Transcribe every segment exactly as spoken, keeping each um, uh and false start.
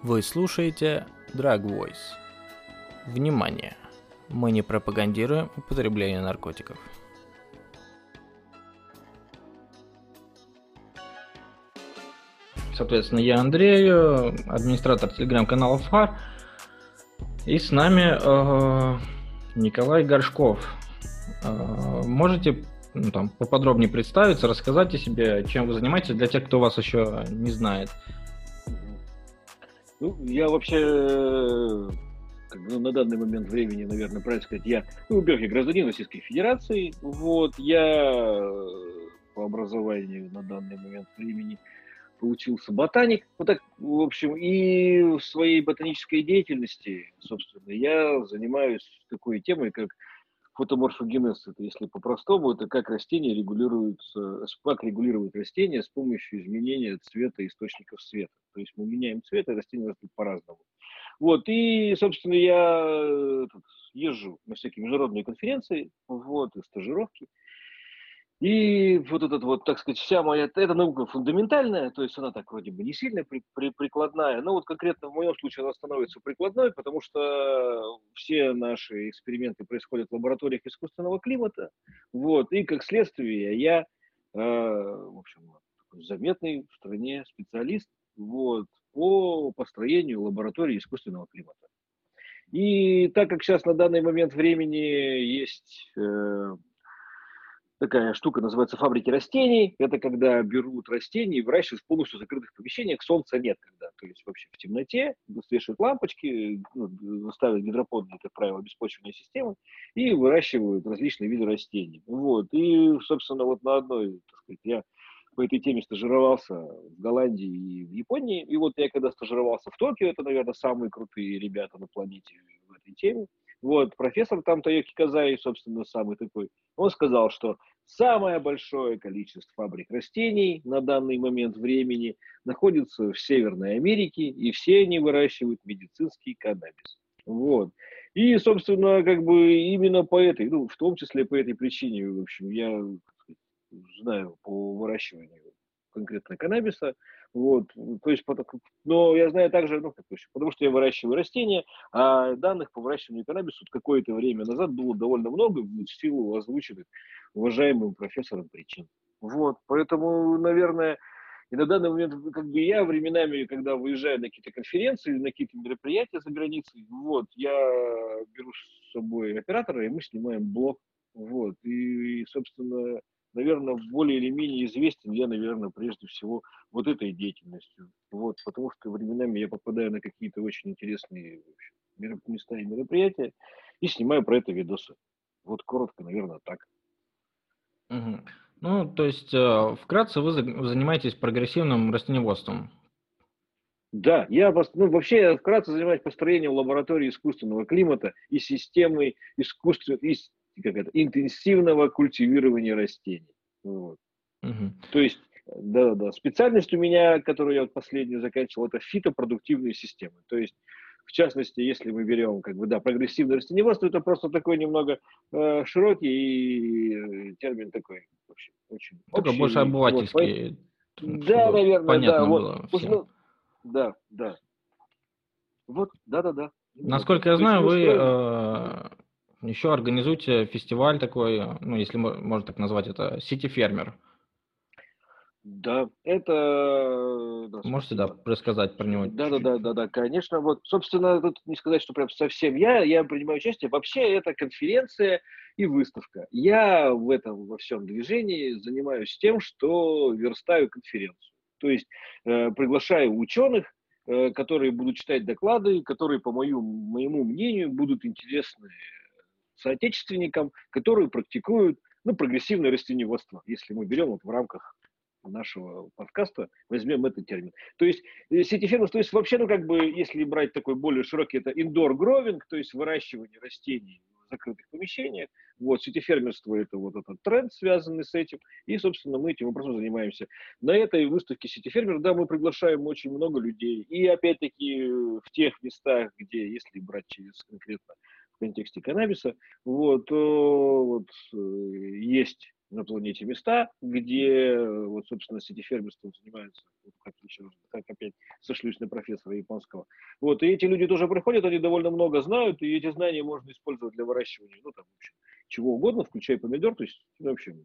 Вы слушаете Drug Voice. Внимание! Мы не пропагандируем употребление наркотиков. Соответственно, я Андрей, администратор телеграм-канала ФАР, и с нами э, Николай Горшков. Э, можете ну, там, поподробнее представиться, рассказать о себе, чем вы занимаетесь, для тех, кто вас еще не знает? Ну, я вообще, как бы, ну, на данный момент времени, наверное, правильно сказать, я, ну, во-первых, я гражданин Российской Федерации, вот, я по образованию на данный момент времени получился ботаник, вот так, в общем, и в своей ботанической деятельности, собственно, я занимаюсь такой темой, как фотоморфогенез. Это, если по-простому, это как растения регулируются, как регулируют растения с помощью изменения цвета источников света. То есть мы меняем цвет, и растения растут по-разному. Вот, и, собственно, я тут езжу на всякие международные конференции, вот, и стажировки. И вот этот вот, так сказать, вся моя, эта наука фундаментальная, то есть она так вроде бы не сильно при, при, прикладная, но вот конкретно в моем случае она становится прикладной, потому что все наши эксперименты происходят в лабораториях искусственного климата, вот, и как следствие я, э, в общем, такой заметный в стране специалист, вот, по построению лаборатории искусственного климата. И так как сейчас на данный момент времени есть э, такая штука, называется фабрики растений. Это когда берут растения и выращивают в полностью закрытых помещениях. Солнца нет когда. То есть вообще в темноте, вешают лампочки, ну, ставят гидропонные, как правило, беспочвенные системы и выращивают различные виды растений. Вот. И, собственно, вот на одной, так сказать, я по этой теме стажировался в Голландии и в Японии. И вот я когда стажировался в Токио, это, наверное, самые крутые ребята на планете в этой теме. Вот, профессор там Тойоки Казай, собственно, самый такой, он сказал, что самое большое количество фабрик растений на данный момент времени находится в Северной Америке, и все они выращивают медицинский каннабис. Вот. И, собственно, как бы именно по этой, ну, в том числе по этой причине, в общем, я знаю по выращиванию конкретно каннабиса, вот, то есть, но я знаю также, ну, как, потому что я выращиваю растения, а данных по выращиванию каннабиса какое-то время назад было довольно много в силу озвученных уважаемым профессором причин. Вот, поэтому, наверное, и на данный момент, как бы я временами, когда выезжаю на какие-то конференции, на какие-то мероприятия за границей, вот, я беру с собой оператора, и мы снимаем блог, вот, и, собственно, наверное, более или менее известен я, наверное, прежде всего вот этой деятельностью, вот, потому что временами я попадаю на какие-то очень интересные, в общем, места и мероприятия и снимаю про это видосы. Вот коротко, наверное, так. Мгм. Ну, то есть, э, вкратце, вы за- занимаетесь прогрессивным растениеводством. Да, я ну, вообще я вкратце занимаюсь построением лаборатории искусственного климата и системой искусственного, как это, интенсивного культивирования растений. Вот. Мгм. То есть, да, да, специальность у меня, которую я вот последнюю заканчивал, это фитопродуктивные системы. То есть, в частности, если мы берем, как бы, да, прогрессивное растениеводство, это просто такой немного э, широкий и э, термин такой, в общем, очень Такой больше общий. Вот, по- обывательский, т- да, чтобы наверное, да, понятно вот, было уж, всем. ну, да, да, вот, да, да, да, именно так. Насколько я То есть знаю, мы вы строим. э, еще организуете фестиваль такой, э, ну, если мо- можно так назвать это, Сити Фермер. Да, это, да, Можете, да, спасибо. рассказать про него Да, да, чуть-чуть? да, да, да, конечно. Вот, собственно, тут не сказать, что прям совсем я, я принимаю участие. Вообще, это конференция и выставка. Я в этом во всем движении занимаюсь тем, что верстаю конференцию. То есть э, приглашаю ученых, э, которые будут читать доклады, которые, по мою, моему мнению, будут интересны соотечественникам, которые практикуют, ну, прогрессивное растениеводство, если мы берем вот в рамках нашего подкаста, возьмем этот термин. То есть э, сети фермеров, то есть вообще, ну, как бы, если брать такой более широкий, это indoor growing, то есть выращивание растений в закрытых помещениях. Вот, сетифермерство – это вот этот тренд, связанный с этим, и, собственно, мы этим вопросом занимаемся. На этой выставке сетифермеров, да, мы приглашаем очень много людей, и, опять-таки, в тех местах, где, если брать через конкретно в контексте каннабиса, вот, то вот э, есть на планете места, где, вот, собственно, сетифермерством занимаются вот как еще раз, как опять сошлюсь на профессора японского. Вот, и эти люди тоже приходят, они довольно много знают, и эти знания можно использовать для выращивания, ну, там, в общем, чего угодно, включая помидор, то есть, в общем,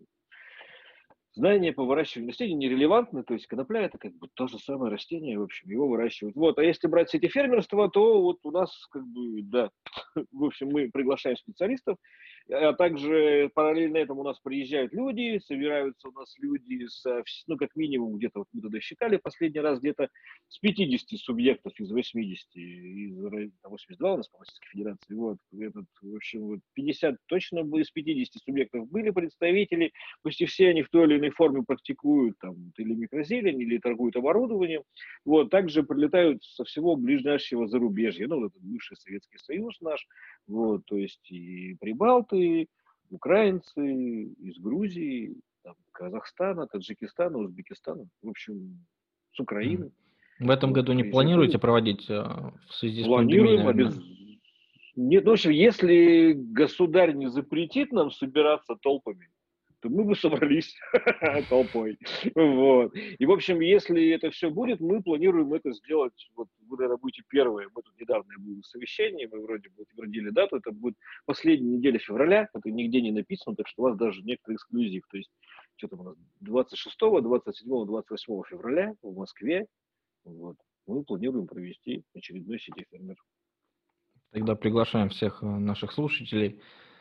знания по выращиванию растений нерелевантны, то есть конопля это как бы то же самое растение, в общем, его выращивают. Вот, а если брать сети фермерства, то вот у нас как бы, да, в общем, мы приглашаем специалистов, а также параллельно этому у нас приезжают люди, собираются у нас люди, с, ну, как минимум, где-то вот мы туда считали последний раз, где-то с пятидесяти субъектов из восьмидесяти, из восемьдесят два у нас по Российской Федерации, вот, этот, в общем, вот пятьдесят точно из пятидесяти субъектов были представители, почти все они в той или иной форме практикуют там или микрозелень, или торгуют оборудованием. Вот, также прилетают со всего ближайшего зарубежья, ну, вот это бывший Советский Союз наш, вот, то есть и прибалты, украинцы из Грузии, там, Казахстана, Таджикистана, Узбекистана, в общем, с Украины. В этом Вот, году не приезжают планируете люди. проводить э, в связи с пандемией, Планируем, обез... наверное? Нет, ну, в общем, если государь не запретит нам собираться толпами, то мы бы собрались толпой. Вот. И, в общем, если это все будет, мы планируем это сделать, вот вы, наверное, будете первые, мы тут недавно было совещание, мы вроде бы утвердили дату, это будет последняя неделя февраля, это нигде не написано, так что у вас даже некоторый эксклюзив, то есть, что там у нас, двадцать шестого, двадцать седьмого, двадцать восьмого февраля в Москве, вот, мы планируем провести очередной сети фермеров. Тогда приглашаем всех наших слушателей,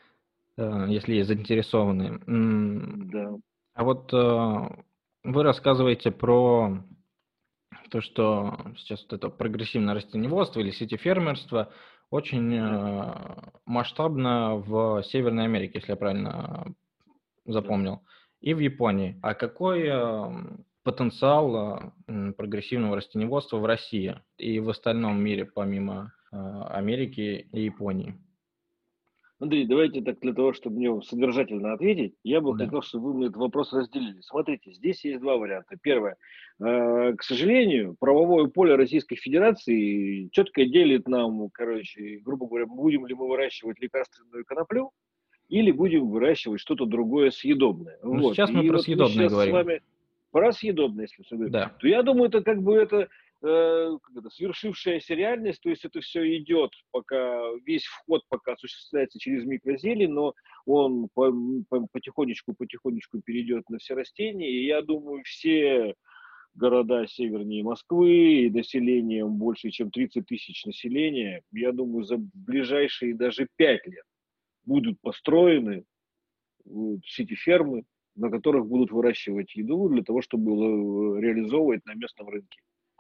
если есть заинтересованные. Да. А вот вы рассказываете про то, что сейчас вот это прогрессивное растениеводство или сетифермерство очень да. масштабно в Северной Америке, если я правильно запомнил, да. и в Японии. А какой потенциал прогрессивного растениеводства в России и в остальном мире, помимо Америки и Японии? Андрей, давайте так, для того, чтобы мне содержательно ответить, я бы да. хотел, чтобы вы мне этот вопрос разделили. Смотрите, здесь есть два варианта. Первое. К сожалению, правовое поле Российской Федерации четко делит нам, короче, грубо говоря, будем ли мы выращивать лекарственную коноплю или будем выращивать что-то другое съедобное. Ну, вот. сейчас мы И про вот съедобное мы говорим. С вами про съедобное, если все говорим. Да. То я думаю, это как бы это... как это, свершившаяся реальность, то есть это все идет, пока весь вход пока осуществляется через микрозелень, но он по, по, потихонечку-потихонечку перейдет на все растения, и я думаю, все города севернее Москвы и населением больше, чем тридцать тысяч населения, я думаю, за ближайшие даже пять лет будут построены сети-фермы, на которых будут выращивать еду для того, чтобы реализовывать на местном рынке.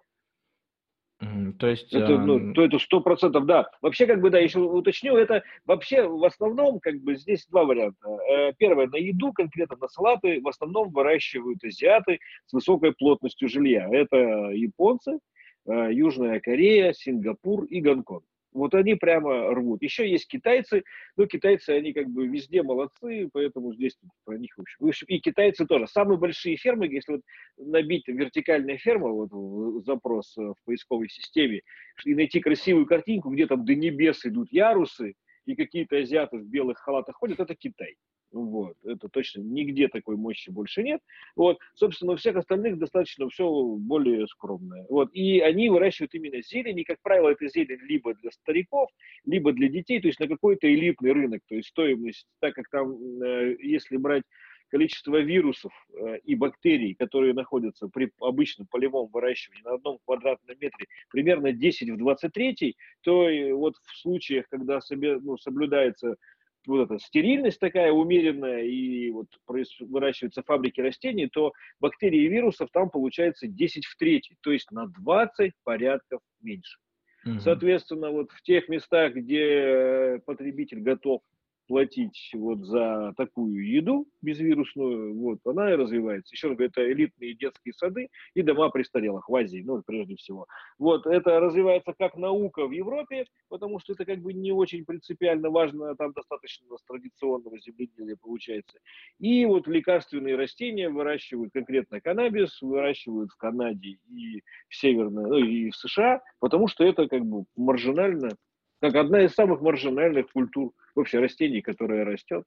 То есть, это, ну, то это сто процентов, да. Вообще, как бы, да, еще уточню, это вообще в основном, как бы, здесь два варианта. Первое, на еду, конкретно на салаты, в основном выращивают азиаты с высокой плотностью жилья. Это японцы, Южная Корея, Сингапур и Гонконг. Вот они прямо рвут. Еще есть китайцы, но китайцы, они как бы везде молодцы, поэтому здесь про них, в общем, в общем, и китайцы тоже. Самые большие фермы, если вот набить вертикальная ферма, вот запрос в поисковой системе, и найти красивую картинку, где там до небес идут ярусы, и какие-то азиаты в белых халатах ходят, это Китай. Вот, это точно нигде такой мощи больше нет. Вот, собственно, у всех остальных достаточно все более скромное. Вот, и они выращивают именно зелень, и, как правило, это зелень либо для стариков, либо для детей, то есть на какой-то элитный рынок, то есть стоимость, так как там, если брать количество вирусов и бактерий, которые находятся при обычном полевом выращивании на одном квадратном метре, примерно десять в двадцать три, то вот в случаях, когда ну, соблюдается вот эта стерильность такая умеренная и вот выращиваются фабрики растений, то бактерий и вирусов там получается десять в третий, то есть на двадцать порядков меньше. Угу. Соответственно, вот в тех местах, где потребитель готов платить вот за такую еду безвирусную, вот, она и развивается. Еще раз говорю, это элитные детские сады и дома престарелых в Азии, ну, прежде всего. Вот, это развивается как наука в Европе, потому что это как бы не очень принципиально важно, там достаточно у нас традиционного земледелия получается. И вот лекарственные растения выращивают, конкретно каннабис, выращивают в Канаде и в Северной, ну, и в США, потому что это как бы маржинально, как одна из самых маржинальных культур вообще растений, которая растет.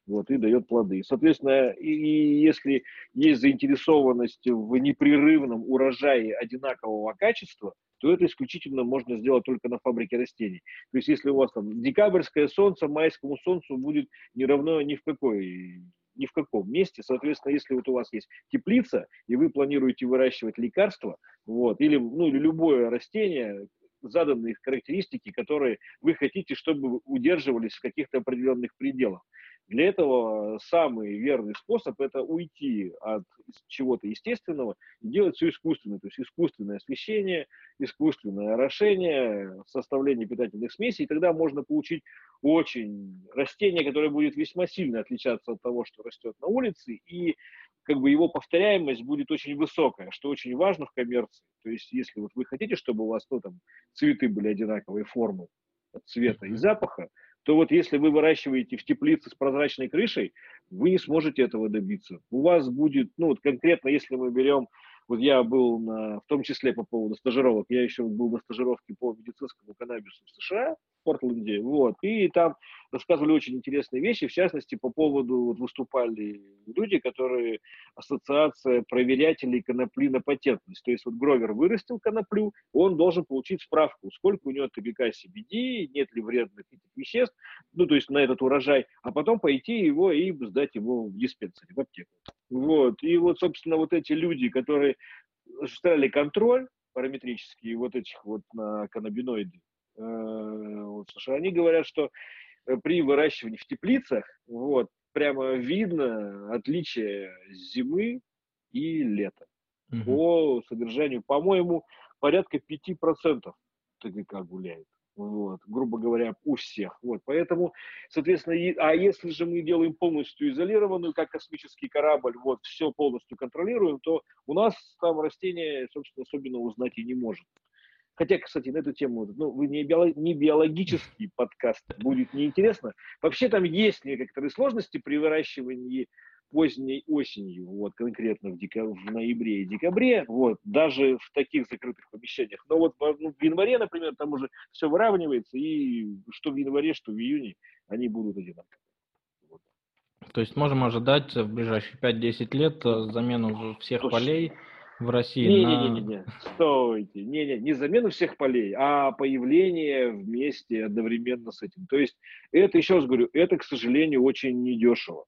вот, и дает плоды. Соответственно, и, и если есть заинтересованность в непрерывном урожае одинакового качества, то это исключительно можно сделать только на фабрике растений. То есть если у вас там декабрьское солнце майскому солнцу будет не равно ни в какой ни в каком месте. Соответственно, если вот у вас есть теплица, и вы планируете выращивать лекарства, вот, или, ну, или любое растение, заданные характеристики, которые вы хотите, чтобы удерживались в каких-то определенных пределах. Для этого самый верный способ – это уйти от чего-то естественного и делать все искусственное. То есть искусственное освещение, искусственное орошение, составление питательных смесей. И тогда можно получить очень растение, которое будет весьма сильно отличаться от того, что растет на улице, и как бы его повторяемость будет очень высокая, что очень важно в коммерции. То есть если вот вы хотите, чтобы у вас, ну, там, цветы были одинаковой формы, цвета и запаха, то вот если вы выращиваете в теплице с прозрачной крышей, вы не сможете этого добиться. У вас будет, ну вот конкретно, если мы берем, вот я был на, в том числе по поводу стажировок, я еще был на стажировке по медицинскому каннабису в США, в Портленде, вот, и там рассказывали очень интересные вещи, в частности, по поводу, вот выступали люди, которые, ассоциация проверятелей конопли на патентность, то есть вот Гровер вырастил коноплю, он должен получить справку, сколько у него тэ бэ ка си би ди, нет ли вредных этих веществ, ну, то есть на этот урожай, а потом пойти его и сдать его в диспенсере, в аптеку. Вот, и вот, собственно, вот эти люди, которые осуществляли контроль параметрический вот этих вот на каннабиноиды, э, вот, слушай, они говорят, что при выращивании в теплицах, вот, прямо видно отличие зимы и лета Мгм. по содержанию, по-моему, порядка пяти процентов тэ гэ ка гуляет. Вот, грубо говоря, у всех. Вот, поэтому, соответственно, и, а если же мы делаем полностью изолированную, как космический корабль, вот, все полностью контролируем, то у нас там растение, собственно, особенно узнать и не может. Хотя, кстати, на эту тему, ну, вы не, биолог, не биологический подкаст, будет неинтересно. Вообще там есть некоторые сложности при выращивании поздней осенью, вот, конкретно в, дека, в ноябре и декабре, вот, даже в таких закрытых помещениях. Но вот ну, в январе, например, там уже все выравнивается, и что в январе, что в июне, они будут одинаковые. Вот. То есть можем ожидать в ближайшие пять-десять лет замену всех Слушай, полей в России на... Не-не-не-не, стойте, не-не, не замену всех полей, а появление вместе одновременно с этим. То есть это, еще раз говорю, это, к сожалению, очень недешево.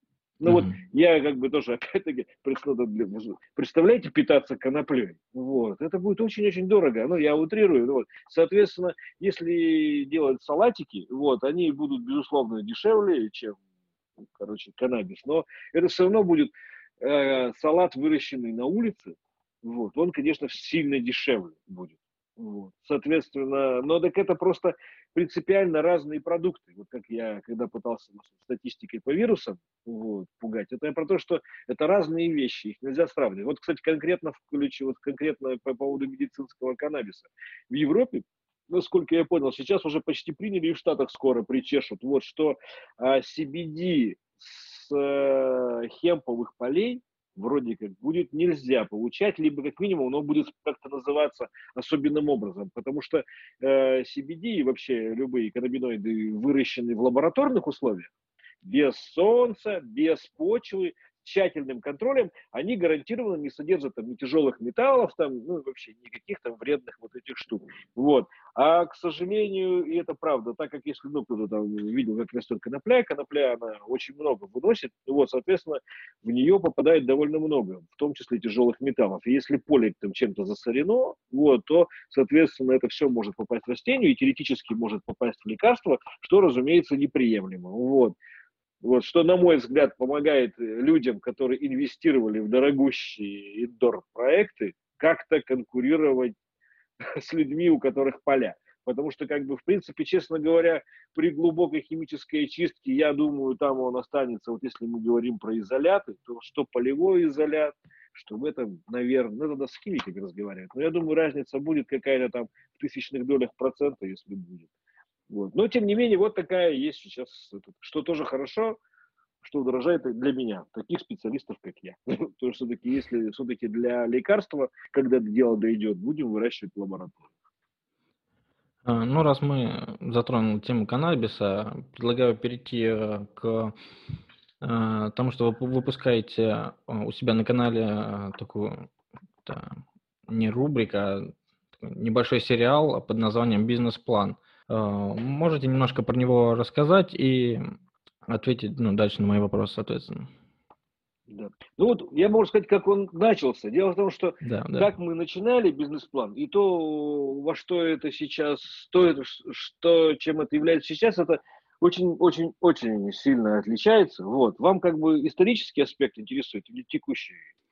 Ну вот Мгм. я как бы тоже, опять-таки, представляете, питаться коноплей? Вот, это будет очень-очень дорого. Ну, я утрирую. Вот. Соответственно, если делать салатики, вот, они будут, безусловно, дешевле, чем, короче, каннабис. Но это все равно будет э, салат, выращенный на улице. Вот, он, конечно, сильно дешевле будет. Вот. Соответственно, но так это просто принципиально разные продукты. Вот как я, когда пытался статистикой по вирусам вот, пугать, это про то, что это разные вещи, их нельзя сравнивать. Вот, кстати, конкретно в ключе, вот конкретно по поводу медицинского каннабиса. В Европе, насколько я понял, сейчас уже почти приняли, и в Штатах скоро причешут, вот что а, си би ди с а, хемповых полей вроде как будет нельзя получать, либо как минимум оно будет как-то называться особенным образом, потому что э, си би ди и вообще любые каннабиноиды, выращенные в лабораторных условиях, без солнца, без почвы, тщательным контролем, они гарантированно не содержат там ни тяжелых металлов, там, ну, вообще никаких там вредных вот этих штук. Вот. А, к сожалению, и это правда, так как если, ну, кто-то там видел, как растет конопля, конопля, она очень много выносит, вот, соответственно, в нее попадает довольно много, в том числе тяжелых металлов. И если поле там чем-то засорено, вот, то, соответственно, это все может попасть в растению и теоретически может попасть в лекарство, что, разумеется, неприемлемо. Вот. Вот, что, на мой взгляд, помогает людям, которые инвестировали в дорогущие индор-проекты, как-то конкурировать с людьми, у которых поля. Потому что, как бы, в принципе, честно говоря, при глубокой химической очистке, я думаю, там он останется, вот если мы говорим про изоляты, то что полевой изолят, что в этом, наверное, ну, надо с химиками разговаривать. Но я думаю, разница будет какая-то там в тысячных долях процента, если будет. Вот. Но, тем не менее, вот такая есть сейчас, что тоже хорошо, что удорожает для меня, таких специалистов, как я. Потому что все-таки, если все-таки для лекарства, когда дело дойдет, будем выращивать в лаборатории. А, Ну, раз мы затронули тему каннабиса, предлагаю перейти э, к а, тому, что вы выпускаете а, у себя на канале а, такую, да, не рубрика, а такой небольшой сериал под названием «Бизнес-план». А, Можете немножко про него рассказать и ответить, ну, дальше на мои вопросы, соответственно. Да. Ну вот я могу сказать, как он начался. Дело в том, что Да, да. как мы начинали бизнес-план, и то, во что это сейчас стоит, ш- что, чем это является сейчас, это очень-очень-очень сильно отличается. Вот. Вам как бы исторический аспект интересует или текущий?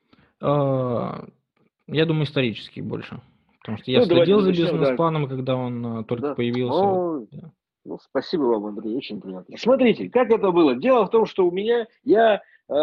А, Я думаю, исторический больше, потому что я Ну, давайте следил за начнем, да. бизнес-планом, когда он а, только Да. появился. Вот, Ну, да. ну, спасибо вам, Андрей, очень приятно. Смотрите, как это было. Дело в том, что у меня, я,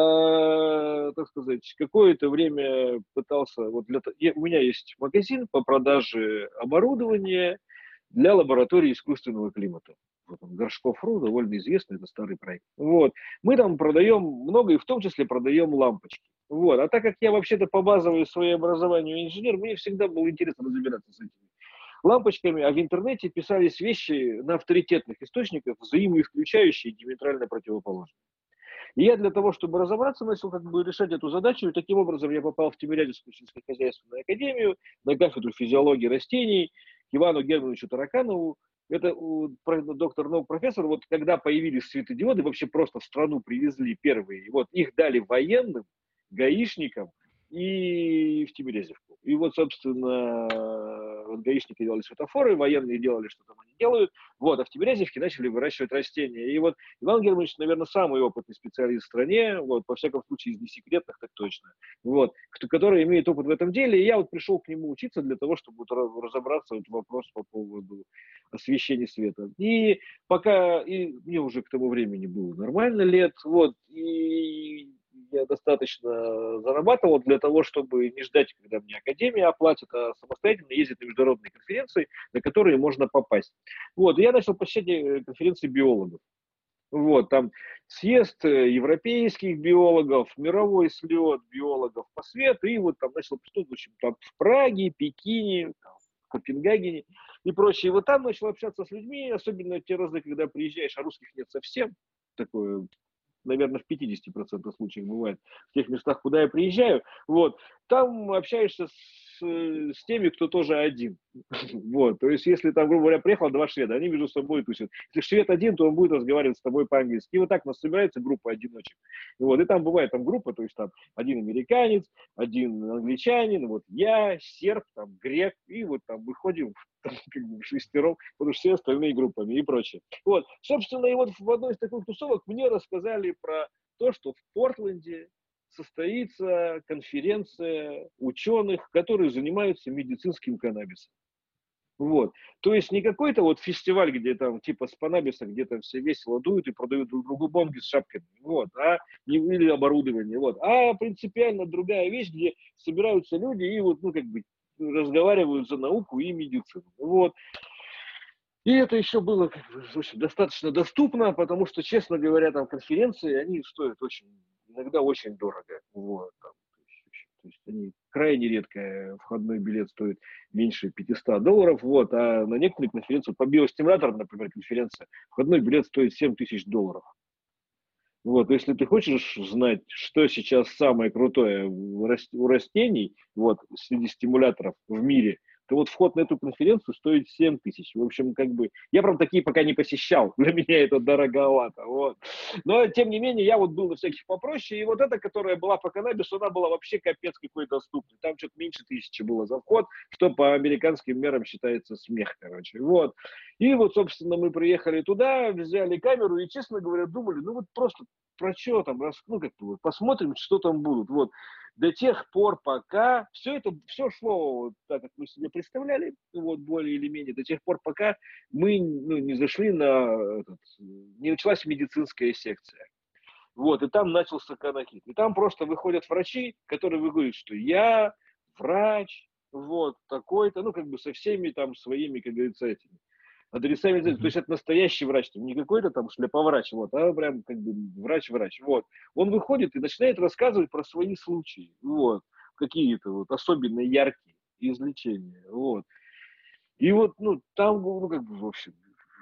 э, так сказать, какое-то время пытался, вот для, т- я- у меня есть магазин по продаже оборудования для лаборатории искусственного климата. Вот он, Горшков.ру, довольно известный, это старый проект. Вот. Мы там продаем много, и в том числе продаем лампочки. Вот. А так как я вообще-то по базовому своему образованию инженер, мне всегда было интересно разбираться с этими лампочками, а в интернете писались вещи на авторитетных источниках, взаимоисключающие и диаметрально противоположные. И я для того, чтобы разобраться, начал как бы решать эту задачу, и таким образом я попал в Тимирязевскую сельскохозяйственную академию на кафедру физиологии растений к Ивану Германовичу Тараканову. Это доктор наук профессор, вот когда появились светодиоды, вообще просто в страну привезли первые, и вот их дали военным, гаишникам и в Тимирязевку. И вот, собственно, вот гаишники делали светофоры, военные делали, что там они делают, вот, а в Тимирязевке начали выращивать растения. И вот Иван Германович, наверное, самый опытный специалист в стране, вот, во всяком случае, из несекретных, так точно, вот, кто, который имеет опыт в этом деле, и я вот пришел к нему учиться для того, чтобы вот разобраться вот в вопрос по поводу освещения света. И пока, и мне уже к тому времени было нормально лет, вот, и я достаточно зарабатывал для того, чтобы не ждать, когда мне академия оплатит, а самостоятельно ездить на международные конференции, на которые можно попасть. Вот, и я начал посещать э, конференции биологов. Вот, там съезд э, европейских биологов, мировой слет биологов по свету, и вот там начал присутствовать, в общем, там в Праге, Пекине, там, в Копенгагене и прочее. И вот там начал общаться с людьми, особенно те разы, когда приезжаешь, а русских нет совсем, такое, наверное, в пятидесяти процентах случаев бывает, в тех местах, куда я приезжаю, вот, там общаешься с, э, с теми, кто тоже один. Вот, то есть, если там, грубо говоря, приехало два шведа, они между собой тусят. Если швед один, то он будет разговаривать с тобой по-английски. И вот так у нас собирается группа одиночек. И вот, и там бывает там группа, то есть там один американец, один англичанин, вот я, серб, там, грек, и вот там выходим там, как бы шестером, потому что все остальные группами и прочее. Вот, собственно, и вот в одной из таких тусовок мне рассказали про то, что в Портленде состоится конференция ученых, которые занимаются медицинским каннабисом. Вот. То есть не какой-то вот фестиваль, где там типа с Панабиса, где там все весело дуют и продают друг другу бомги с шапками, вот, а не или оборудование, вот, а принципиально другая вещь, где собираются люди и вот, ну, как бы разговаривают за науку и медицину. Вот. И это еще было как бы, в общем, достаточно доступно, потому что, честно говоря, там конференции, они стоят очень, иногда очень дорого. Вот, там, то, есть, то есть они крайне редко, входной билет стоит меньше пятисот долларов, вот, а на некоторые конференции, по биостимуляторам, например, конференция, входной билет стоит семь тысяч долларов. Вот, если ты хочешь знать, что сейчас самое крутое у растений, вот, среди стимуляторов в мире, то вот вход на эту конференцию стоит семь тысяч. В общем, как бы, я, правда, такие пока не посещал, для меня это дороговато, вот. Но, тем не менее, я вот был на всяких попроще, и вот эта, которая была по каннабису, она была вообще капец какой доступный. Там что-то меньше тысячи было за вход, что по американским мерам считается смех, короче, вот. И вот, собственно, мы приехали туда, взяли камеру и, честно говоря, думали, ну вот просто про что там, ну как вот, посмотрим, что там будут. Вот. До тех пор, пока все это, все шло вот так, как мы себе представляли, вот более или менее, до тех пор, пока мы ну, не зашли на, этот, не началась медицинская секция. Вот, и там начался канахит. И там просто выходят врачи, которые говорят, что я врач, вот, такой-то, ну, как бы со всеми там своими, как говорится, этими адресами. То есть это настоящий врач, не какой-то там шляповрач, вот, а прям как бы врач-врач. Вот. Он выходит и начинает рассказывать про свои случаи, вот, какие-то вот особенно яркие излечения, вот. И вот, ну, там, ну, как бы, в общем,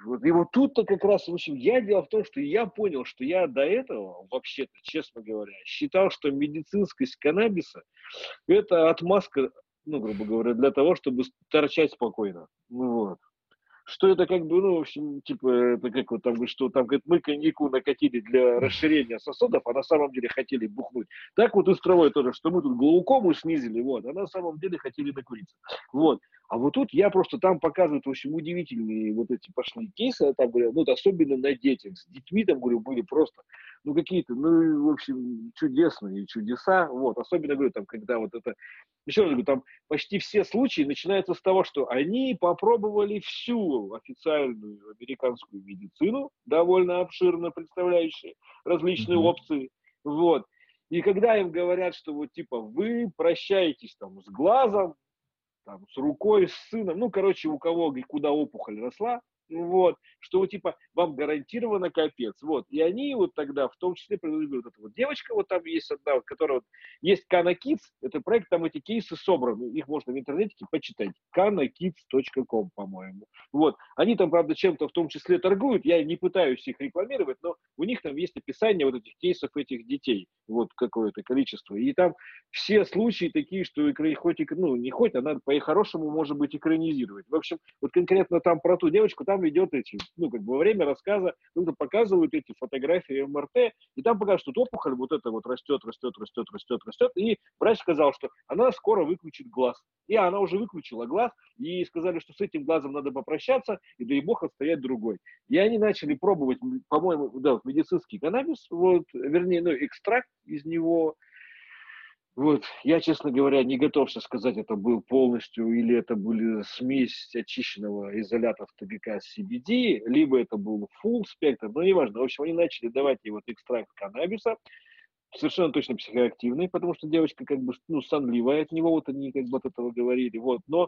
Вот, и вот тут-то как раз, в общем, я дело в том, что я понял, что я до этого, вообще-то, честно говоря, считал, что медицинскость каннабиса– это отмазка, ну, грубо говоря, для того, чтобы торчать спокойно. Ну, вот. Что это как бы, ну, в общем, типа, это как вот там, что там, говорит, мы коньяку накатили для расширения сосудов, а на самом деле хотели бухнуть. Так вот и с травой тоже, что мы тут глаукому снизили, вот, а на самом деле хотели накуриться. Вот. А вот тут я просто там показывают, в общем, удивительные вот эти пошли кейсы, я там говорю, ну, вот особенно на детях, с детьми там, говорю, были просто, ну, какие-то, ну, в общем, чудесные чудеса, вот, особенно, говорю, там, когда вот это, еще раз говорю, там почти все случаи начинаются с того, что они попробовали всю официальную американскую медицину, довольно обширно представляющую различные Мгм. опции, вот. И когда им говорят, что вот типа вы прощаетесь там с глазом, там, с рукой, с сыном, ну, короче, у кого и куда опухоль росла, ну вот, что вот, типа, вам гарантированно капец, вот, и они вот тогда, в том числе, предлагают, вот эта вот девочка, вот там есть одна, вот, которая, вот, есть Kana Kids, это проект, там эти кейсы собраны, их можно в интернете почитать, kana kids точка com, по-моему, вот, они там, правда, чем-то в том числе торгуют, я не пытаюсь их рекламировать, но у них там есть описание вот этих кейсов этих детей, вот, какое-то количество, и там все случаи такие, что экра- хоть, и- ну, не хоть, а надо по-хорошему, может быть, экранизировать. В общем, вот конкретно там про ту девочку, там идет эти, ну, как бы во время рассказа, ну, показывают эти фотографии эм эр тэ, и там показывают, что опухоль вот это вот растет, растет, растет, растет, растет, и врач сказал, что она скоро выключит глаз. И она уже выключила глаз, и сказали, что с этим глазом надо попрощаться, и дай бог отстоять другой. И они начали пробовать, по-моему, да, вот медицинский каннабис, вот, вернее, ну, экстракт из него. Вот, я, честно говоря, не готов сейчас сказать, это был полностью или это были смесь очищенного изолятов тэ гэ ка с си би ди, либо это был full спектр, но неважно. В общем, они начали давать ей вот экстракт каннабиса, совершенно точно психоактивный, потому что девочка как бы, ну, сонливая от него, вот они как бы от этого говорили, вот, но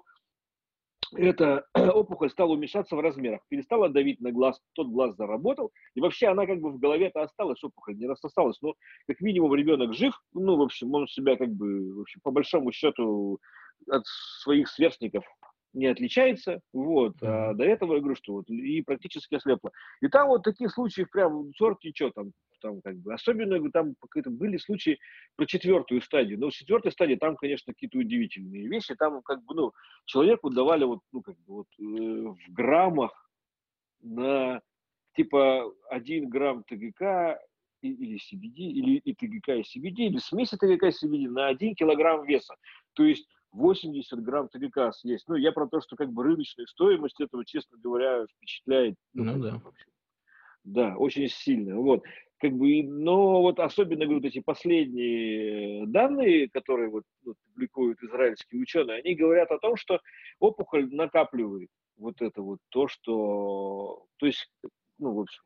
эта опухоль стала уменьшаться в размерах, перестала давить на глаз, тот глаз заработал, и вообще она как бы в голове-то осталась, опухоль не рассосалась, но как минимум ребенок жив, ну, в общем, он себя как бы, в общем, по большому счету от своих сверстников не отличается, вот, а Мгм. до этого, я говорю, что вот, и практически ослепла. И там вот таких случаев прям черти что там, там как бы, особенно говорю, там какие-то были случаи про четвертую стадию, но в четвертой стадии там, конечно, какие-то удивительные вещи, там как бы, ну, человеку давали вот, ну, как бы вот э, в граммах на типа один грамм тэ гэ ка и- или си би ди, или и тэ гэ ка и си би ди, или смеси тэ гэ ка и си би ди на один килограмм веса. То есть восемьдесят грамм тэ гэ ка съесть. Ну, я про то, что как бы рыночная стоимость этого, честно говоря, впечатляет, ну, Ну как бы да. вообще. Да, очень сильно. Вот. Как бы, и- но вот особенно вот эти последние данные, которые вот, вот публикуют израильские ученые, они говорят о том, что опухоль накапливает вот это вот то, что, то есть, ну, в общем,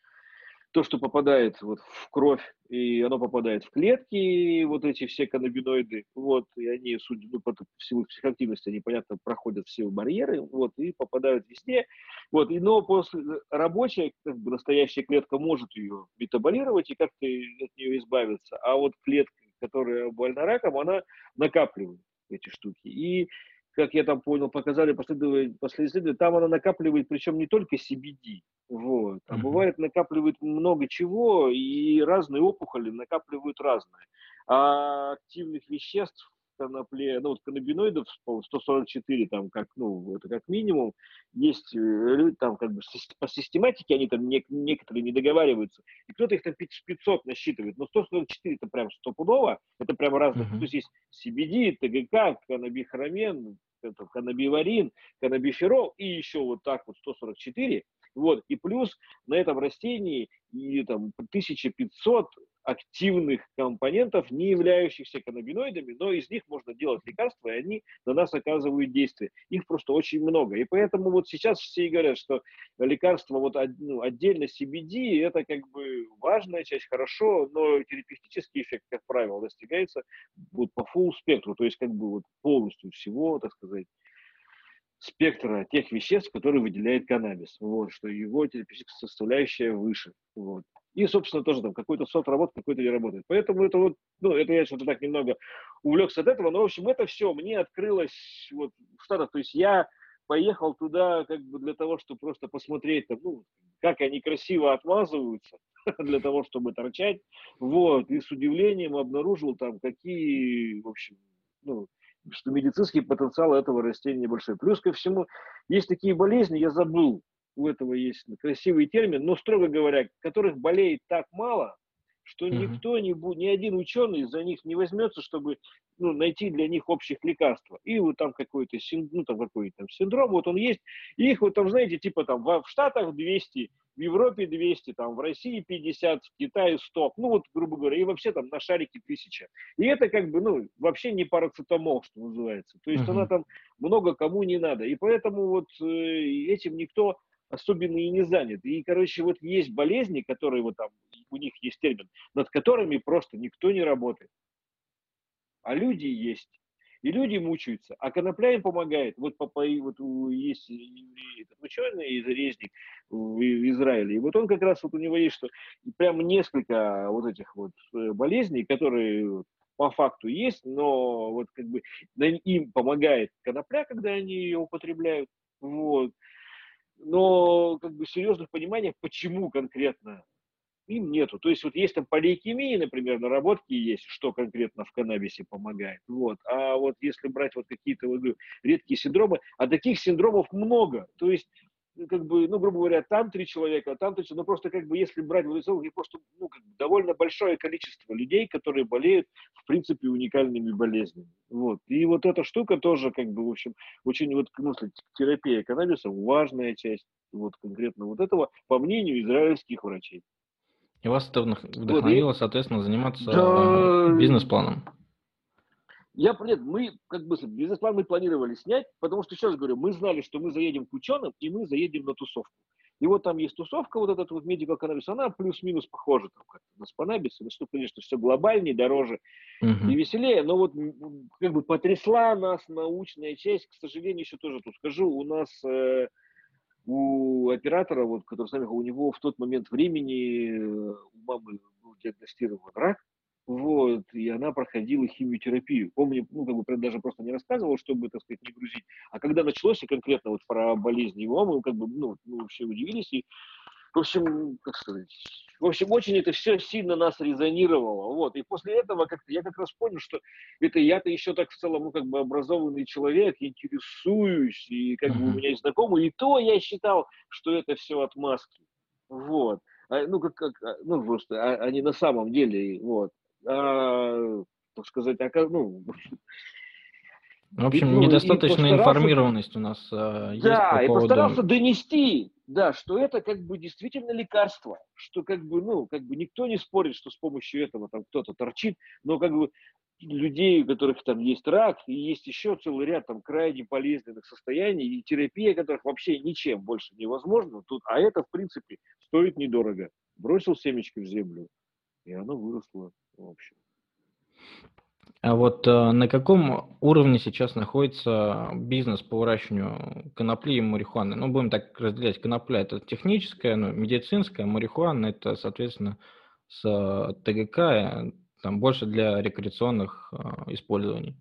то, что попадает вот в кровь, и оно попадает в клетки, вот эти все каннабиноиды, вот, и они, судя ну, по всему их психоактивности, они, понятно, проходят все барьеры, вот, и попадают везде, вот, и, но после э, рабочая, как бы, настоящая клетка может ее метаболировать и как-то от нее избавиться, а вот клетка, которая больна раком, она накапливает эти штуки, и как я там понял, показали последователи, после исследования, там она накапливает, причем не только си би ди, вот. А Мгм. бывает накапливает много чего, и разные опухоли накапливают разное. А активных веществ в конопле, ну вот каннабиноидов, по-моему, сто сорок четыре, там, как, ну, это как минимум, есть, э, лю- там, как бы, сис- по систематике они там нек- некоторые не договариваются, и кто-то их там пи- пятьсот насчитывает, но сто сорок четыре это прям стопудово, это прям разных, то Мгм. есть есть си би ди, тэ гэ ка, каннабихромен, это, каннабиварин, каннабиферол, и еще вот так вот сто сорок четыре, вот, и плюс на этом растении и там тысяча пятьсот активных компонентов, не являющихся каннабиноидами, но из них можно делать лекарства, и они на нас оказывают действие. Их просто очень много. И поэтому вот сейчас все и говорят, что лекарство вот од- ну, отдельно си би ди это как бы важная часть, хорошо, но терапевтический эффект, как правило, достигается вот по full спектру, то есть как бы вот полностью всего, так сказать, спектра тех веществ, которые выделяет каннабис. Вот, что его терапевтическая составляющая выше. Вот. И, собственно, тоже там какой-то софт работает, какой-то не работает. Поэтому это вот, ну, это я что-то так немного увлекся от этого, но, в общем, это все мне открылось вот в Штатах. То есть я поехал туда как бы для того, чтобы просто посмотреть, там, ну, как они красиво отмазываются для того, чтобы торчать. Вот. И с удивлением обнаружил там, какие, в общем, ну, что медицинский потенциал этого растения большой. Плюс ко всему, есть такие болезни, я забыл, у этого есть красивый термин, но, строго говоря, которых болеет так мало, что Мгм. никто, не бу- ни один ученый за них не возьмется, чтобы, ну, найти для них общих лекарств. И вот там какой-то син- ну, там какой-то там синдром, вот он есть. И их вот там, знаете, типа там в, в Штатах двести, в Европе двести, там в России пятьдесят, в Китае сто. Ну вот, грубо говоря, и вообще там на шарике тысяча. И это как бы, ну, вообще не парацетамол, что называется. То есть она Мгм. там много кому не надо. И поэтому вот э, этим никто особенно и не занят. И, короче, вот есть болезни, которые вот там, у них есть термин, над которыми просто никто не работает. А люди есть. И люди мучаются, а конопля им помогает. Вот, по, по, вот у, есть еврей, этот ученый из резник в, в Израиле, и вот он как раз, вот у него есть, что прям несколько вот этих вот э, болезней, которые по факту есть, но вот как бы им помогает конопля, когда они ее употребляют, вот. Но как бы серьезных пониманий, почему конкретно им нету. То есть вот есть там по лейкемии, например, наработки есть, что конкретно в каннабисе помогает. Вот. А вот если брать вот какие-то вот редкие синдромы, а таких синдромов много. То есть, ну, как бы, ну, грубо говоря, там три человека, а там три человека. Ну, просто как бы, если брать вот эти, просто, ну, как бы, довольно большое количество людей, которые болеют, в принципе, уникальными болезнями. Вот. И вот эта штука тоже, как бы, в общем, очень вот, ну, терапия каннабисом важная часть вот конкретно вот этого, по мнению израильских врачей. И вас это вдох- Вот, и, вдохновило, соответственно, заниматься да, бизнес-планом. я, нет, мы, как бы, бизнес-план мы планировали снять, потому что, еще раз говорю, мы знали, что мы заедем к ученым, и мы заедем на тусовку. И вот там есть тусовка, вот этот вот Medical Cannabis, она плюс-минус похожа там как-то на Spannabis, но что, конечно, все глобальнее, дороже и Мгм. веселее, но вот м, как бы потрясла нас научная часть, к сожалению, еще тоже тут скажу, у нас э, у оператора, вот, который с нами, у него в тот момент времени э, у мамы был диагностирован рак, вот, и она проходила химиотерапию. Помню, ну, как бы прям даже просто не рассказывал, чтобы, так сказать, не грузить. А когда началось, и конкретно вот про болезнь его мамы, как бы, ну, мы вообще удивились, и в общем, как сказать, в общем, очень это все сильно нас резонировало, вот, и после этого как-то я как раз понял, что это я-то еще так в целом, ну, как бы образованный человек, интересуюсь, и как бы у Мгм. меня есть знакомые, и то я считал, что это все отмазки, вот, а, ну, как, как, а, ну, просто, а, они на самом деле, вот, а, так сказать, а, как, ну, В и, общем, ну, и недостаточная постарался. информированность у нас э, есть по Да, и постарался поводу... донести, да, что это как бы действительно лекарство, что как бы, ну, как бы никто не спорит, что с помощью этого там кто-то торчит, но как бы людей, у которых там есть рак, и есть еще целый ряд там крайне болезненных состояний, и терапия которых вообще ничем больше невозможно, тут, а это, в принципе, стоит недорого. Бросил семечки в землю, и оно выросло, в общем. А вот э, на каком уровне сейчас находится бизнес по выращиванию конопли и марихуаны? Ну, будем так разделять. Конопля – это техническая, ну, медицинская, марихуана – это, соответственно, с э, ТГК, э, там больше для рекреационных э, использований.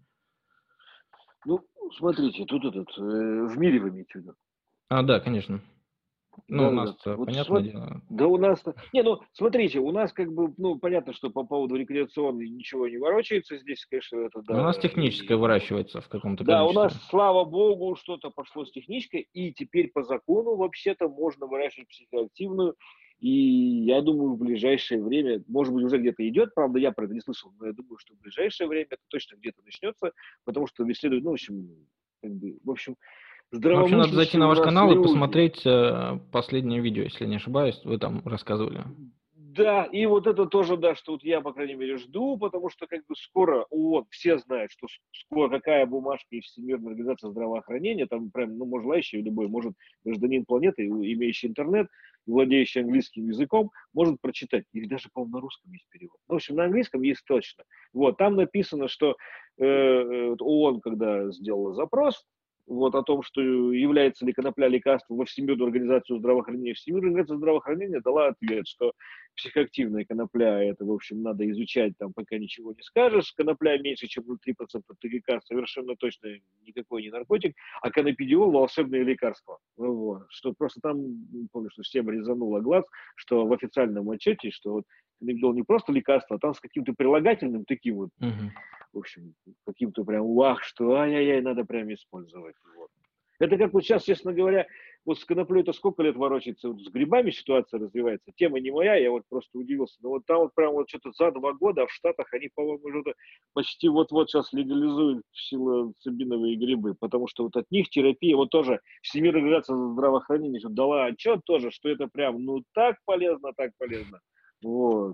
Ну, смотрите, тут этот, э, в мире вы имеете в виду. А, да, конечно. Ну, у нас, Да-да-да. э, Вот понятное смо дело. да у нас не, ну, смотрите, у нас как бы, ну, понятно, что по поводу рекреационной ничего не ворочается. Здесь, конечно, это У нас да, техническое и вот. выращивается в каком-то Да, у нас, количестве. слава богу, что-то пошло с техничкой, и теперь по закону вообще-то можно выращивать психоактивную. И я думаю, в ближайшее время, может быть, уже где-то идет, правда, я про это не слышал, но я думаю, что в ближайшее время это точно где-то начнется, потому что исследуют, ну, в общем, как бы, в общем, В общем, надо зайти здравомыслящие на у ваш нас канал и люди. посмотреть э, последнее видео, если не ошибаюсь, вы там рассказывали. Да, и вот это тоже, да, что вот я, по крайней мере, жду, потому что как бы скоро ООН, все знают, что с- скоро какая бумажка из Всемирной организации здравоохранения, там прям, ну, может, желающий любой, может, гражданин планеты, у- имеющий интернет, и владеющий английским языком, может прочитать. Или даже, по-моему, на русском есть перевод. Ну, в общем, на английском есть точно. Вот, там написано, что э, э, вот ООН, когда сделала запрос, вот о том, что является ли конопля лекарством во Всемирную организацию здравоохранения. Всемирная организация здравоохранения дала ответ, что психоактивная конопля, это, в общем, надо изучать, там пока ничего не скажешь. Конопля меньше, чем ноль целых три десятых процента ТГК, совершенно точно никакой не наркотик, а каннабидиол – волшебное лекарство. Вот. Что просто там, помню, что всем резануло глаз, что в официальном отчете, что вот каннабидиол не просто лекарство, а там с каким-то прилагательным таким вот, Мгм. в общем, каким-то прям вах, что ай-яй-яй, надо прям использовать. Вот. Это как вот сейчас, честно говоря, вот с коноплей-то сколько лет ворочается, вот с грибами ситуация развивается. Тема не моя, я вот просто удивился. Но вот там вот прям вот что-то за два года, а в Штатах они, по-моему, уже почти вот-вот сейчас легализуют псилоцибиновые грибы, потому что вот от них терапия, вот тоже Всемирная организация здравоохранения дала отчет тоже, что это прям, ну, так полезно, так полезно. Вот.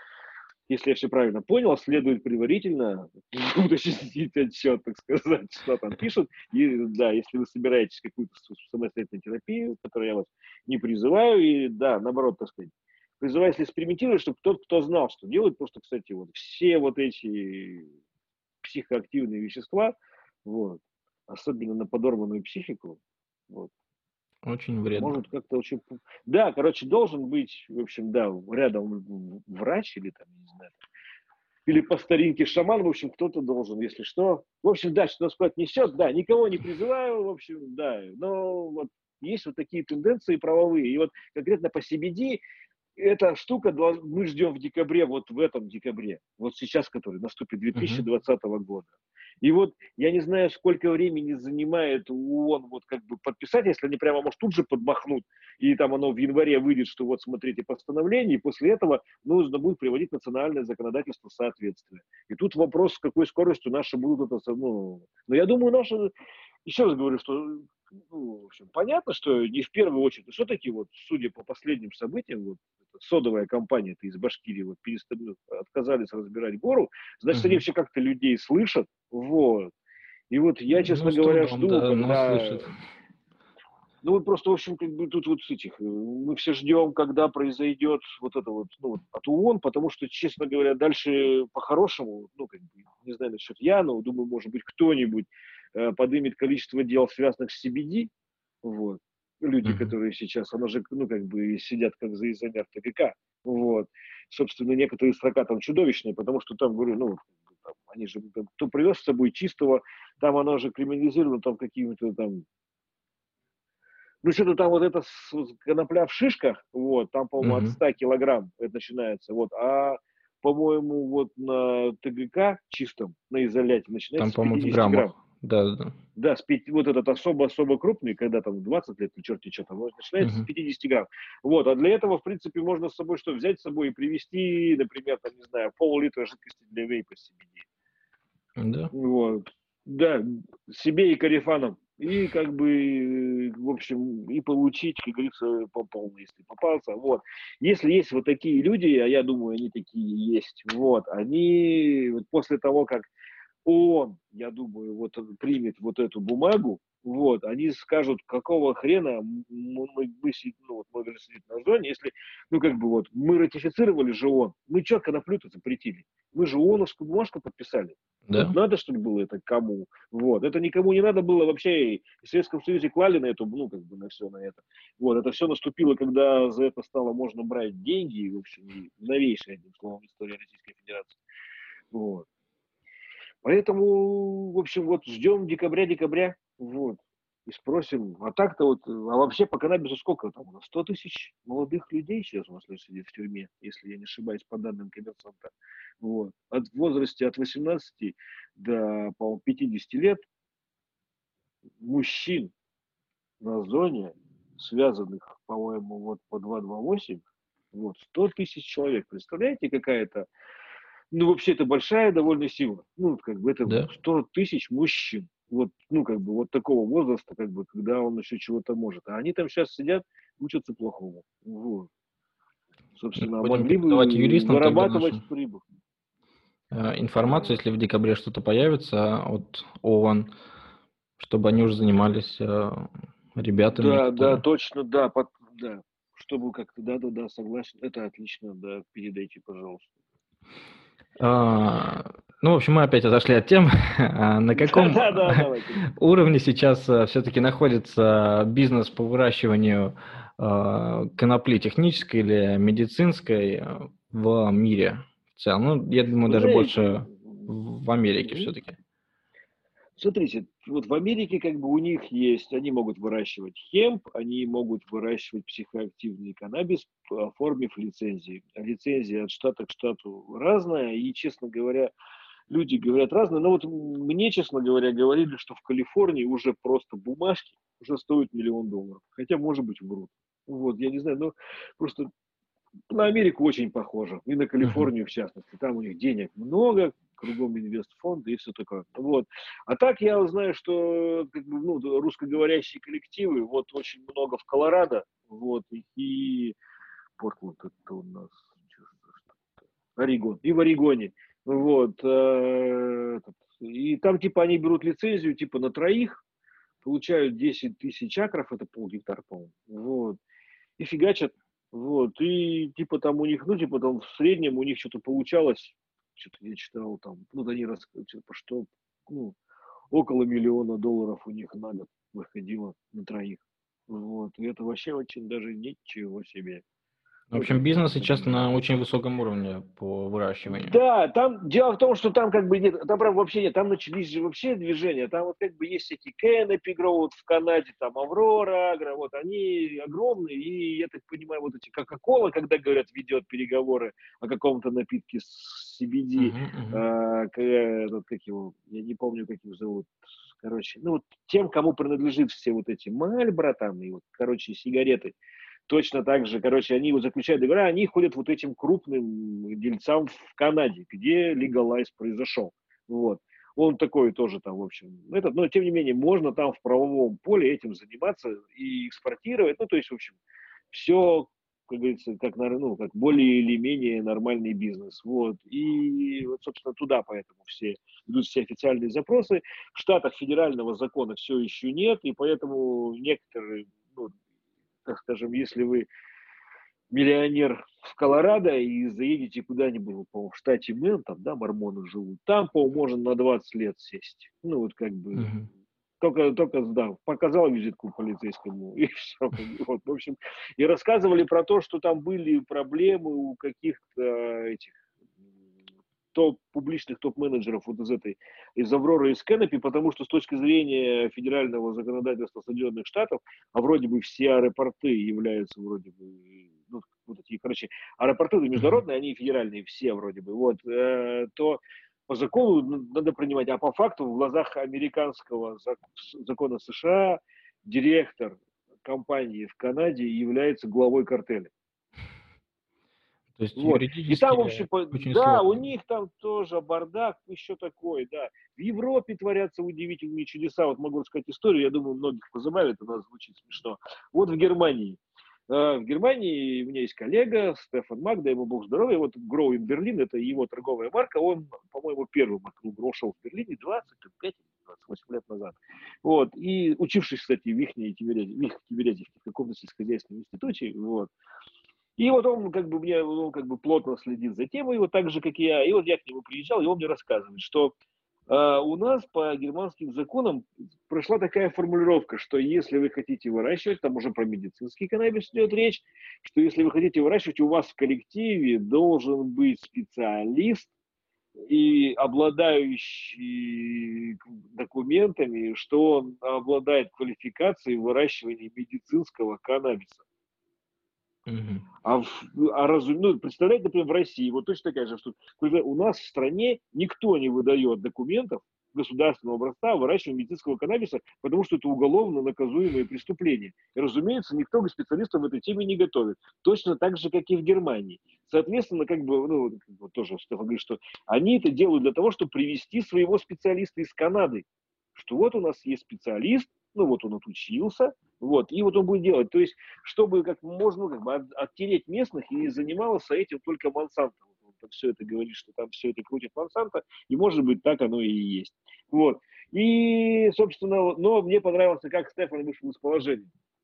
Если я все правильно понял, следует предварительно уточнить отчет, так сказать, что там пишут. И да, если вы собираетесь какую-то самостоятельную терапию, которую я вас не призываю, и да, наоборот, так сказать, призываю, если экспериментировать, чтобы тот, кто знал, что делать, просто, кстати, вот все вот эти психоактивные вещества, вот, особенно на подорванную психику, вот, Очень вредно. может как-то очень... Да, короче, должен быть, в общем, да, рядом врач или там, не знаю, или по старинке шаман, в общем, кто-то должен, если что. В общем, да, что Господь несет, да, никого не призываю, в общем, да, но вот есть вот такие тенденции правовые. И вот конкретно по си би ди эта штука мы ждем в декабре, вот в этом декабре, вот сейчас, который наступит две тысячи двадцатого года. И вот я не знаю, сколько времени занимает ООН вот как бы подписать, если они прямо, может, тут же подмахнут, и там оно в январе выйдет, что вот смотрите постановление, и после этого нужно будет приводить национальное законодательство в соответствие. И тут вопрос, с какой скоростью наши будут это... Ну, но я думаю, наши... Еще раз говорю, что ну, в общем, понятно, что не в первую очередь, но все-таки вот, судя по последним событиям, вот, содовая компания-то из Башкирии вот, перестали, отказались разбирать гору, значит, они Мгм. вообще как-то людей слышат, вот. И вот я, Ну, честно с говоря, трудом, жду, да, но когда... слышит. Ну, вот просто, в общем, как бы тут вот с этих... Мы все ждем, когда произойдет вот это вот, ну, вот от ООН, потому что, честно говоря, дальше по-хорошему, ну, как бы, не знаю насчет я, но думаю, может быть, кто-нибудь э, поднимет количество дел, связанных с си би ди, вот. Люди, Мгм. которые сейчас, оно же, ну, как бы сидят как за изомер ТГК, вот. Собственно, некоторые строка там чудовищные, потому что там, говорю, ну, там, они же, там, кто привез с собой чистого, там оно же криминализировано там какими-то там, ну, что-то там вот это с- конопля в шишках, вот, там, по-моему, от Мгм. ста килограмм это начинается, вот, а, по-моему, вот на ТГК чистом, на изоляте Там, начинается с по-моему, в пятидесяти граммах. грамм. Да, да. Да, с пяти- вот этот особо-особо крупный, когда там двадцать лет, или черти что там, вот, начинается с Мгм. пятидесяти грамм. Вот, а для этого, в принципе, можно с собой что, взять с собой и привезти, например, там, не знаю, пол-литра жидкости для вейпа си би ди. Да. Вот. Да, себе и корефанам. И как бы, в общем, и получить, как говорится, по полной, если попался. Вот. Если есть вот такие люди, а я думаю, они такие есть, вот, они вот после того, как ООН, я думаю, вот он примет вот эту бумагу, вот, они скажут, какого хрена м- мы, мы, си- ну, вот мы должны сидеть на зоне, если, ну, как бы вот, мы ратифицировали же ООН, мы что, коноплю-то запретили? Мы же ООНовскую бумажку подписали. Ну, Да. надо, что ли, было это кому? Вот, это никому не надо было вообще, и в Советском Союзе клали на эту, ну, как бы на все на это. Вот, это все наступило, когда за это стало можно брать деньги, и, в общем, и новейшая, одним словом, история Российской Федерации. Вот. Поэтому, в общем, вот ждем декабря-декабря, вот, и спросим. А так-то вот, а вообще по каннабису сколько там у нас? сто тысяч молодых людей сейчас у нас сидит в тюрьме, если я не ошибаюсь, по данным коммерсанта. Вот. От в возрасте от восемнадцати до, по-моему, пятидесяти лет мужчин на зоне, связанных, по-моему, вот по двести двадцать восемь, вот, сто тысяч человек. Представляете, какая-то ну, вообще, это большая довольно сила. Ну, вот как бы это Да. сто тысяч мужчин. Вот, ну, как бы вот такого возраста, как бы, когда он еще чего-то может. А они там сейчас сидят, учатся плохому. Вот. Ну, Собственно, будем могли передавать бы юристам тогда вырабатывать нашим прибыль. э, информацию, Да, если в декабре что-то появится от ООН, чтобы они уже занимались э, ребятами, да, да, которые... точно, да, под, да. Чтобы как-то, да, да, да, согласен. Это отлично, да, передайте, пожалуйста. А, Ну, в общем, мы опять отошли от тем. А на каком Да-да-да, давайте. уровне сейчас все-таки находится бизнес по выращиванию э, конопли технической или медицинской э, в мире в целом? Ну, я думаю, Вы даже знаете, больше в Америке мгм. все-таки. Смотрите, вот в Америке как бы у них есть, они могут выращивать хемп, они могут выращивать психоактивный каннабис, оформив лицензии. А лицензия от штата к штату разная, и, честно говоря, люди говорят разное. Но вот мне, честно говоря, говорили, что в Калифорнии уже просто бумажки уже стоят миллион долларов. Хотя, может быть, врут. Вот, я не знаю, но просто на Америку очень похоже. И на Мгм. Калифорнию в частности. Там у них денег много, кругом инвестфонды и все такое. Вот. А так я знаю, что как бы, ну, русскоговорящие коллективы, вот очень много в Колорадо, вот, и Портленд это у нас, Орегон, и в Орегоне. Вот. э, этот, И там типа они берут лицензию типа на троих, получают десять тысяч акров, это полгектара, по-моему. Вот и фигачат. Вот, и типа там у них, ну, типа там в среднем у них что-то получалось, что-то я читал там, ну, они рассказывают, типа, что, ну, около миллиона долларов у них на год выходило на троих. Вот, и это вообще очень даже ничего себе. В общем, Очень круто, бизнес так сейчас говорят. на очень высоком уровне по выращиванию. Да, там дело в том, что там как бы нет, там правда вообще нет, там начались же вообще движения, там вот как бы есть всякие Canopy Growth в Канаде, там Аврора Агро, вот они огромные, и я так понимаю, вот эти Coca-Cola, когда говорят, ведет переговоры о каком-то напитке с си би ди, Мгм, мгм. э, к- этот, как его, я не помню, как его зовут, короче, ну вот тем, кому принадлежит все вот эти Мальборо там, и вот, короче, сигареты, точно так же, короче, они вот заключают договора, они ходят вот этим крупным дельцам в Канаде, где легалайз произошел. Вот. Он такой тоже там, в общем, этот, но тем не менее, можно там в правовом поле этим заниматься и экспортировать. Ну, то есть, в общем, все, как говорится, как, ну, как более или менее нормальный бизнес. Вот. И вот, собственно, туда поэтому все идут все официальные запросы. В Штатах федерального закона все еще нет, и поэтому некоторые, ну, так скажем, если вы миллионер в Колорадо и заедете куда-нибудь, по в штате Мэн, там, да, мормоны живут, там, по можно на двадцать лет сесть. Ну, вот как бы Мгм. только, только, да, показал визитку полицейскому, и все. Вот, в общем, и рассказывали про то, что там были проблемы у каких-то этих топ, публичных топ-менеджеров вот из этой, из Авроры и из Кеннепи, потому что с точки зрения федерального законодательства Соединенных Штатов, а вроде бы все аэропорты являются вроде бы, ну, вот такие, короче, аэропорты Мгм. международные, они федеральные все вроде бы, вот, э, то по закону надо принимать, а по факту в глазах американского закона США директор компании в Канаде является главой картеля. То есть Вот. И там, в юридически общем, по- очень да, у сложно. них там тоже бардак, еще такой, да. В Европе творятся удивительные чудеса. Вот могу рассказать историю, я думаю, многих позабавит, у нас звучит смешно. Вот в Германии. Э, В Германии у меня есть коллега Стефан Мак, да ему бог здоровья, вот Grow in Berlin, это его торговая марка, он, по-моему, первым открыл Grow в Берлине двадцать пять двадцать восемь лет назад. Вот. И учившись, кстати, в их Тимирязеве, в их Тимирязеве, в каком-то сельскохозяйственном институте, вот, и вот он как бы мне, он как бы плотно следит за темой, вот так же, как и я. И вот я к нему приезжал, и он мне рассказывает, что э, у нас по германским законам прошла такая формулировка, что если вы хотите выращивать, там уже про медицинский каннабис идет речь, что если вы хотите выращивать, у вас в коллективе должен быть специалист и обладающий документами, что он обладает квалификацией выращивания медицинского каннабиса. Мгм. А, в, а разум, ну, представляете, например, в России, вот точно такая же штука. У нас в стране никто не выдает документов государственного образца выращивания медицинского каннабиса, потому что это уголовно наказуемые преступления. И, разумеется, никто специалистов в этой теме не готовит. Точно так же, как и в Германии. Соответственно, как бы, ну, вот тоже Стефан говорит, что они это делают для того, чтобы привести своего специалиста из Канады. Что вот у нас есть специалист, ну вот он отучился, вот, и вот он будет делать. То есть чтобы как можно как бы от, оттереть местных, и занимался этим только Монсанто. Вот он все это говорит, что там все это крутит Монсанто, и может быть так оно и есть. Вот. И, собственно, но мне понравилось, как Стефан вышел из положения.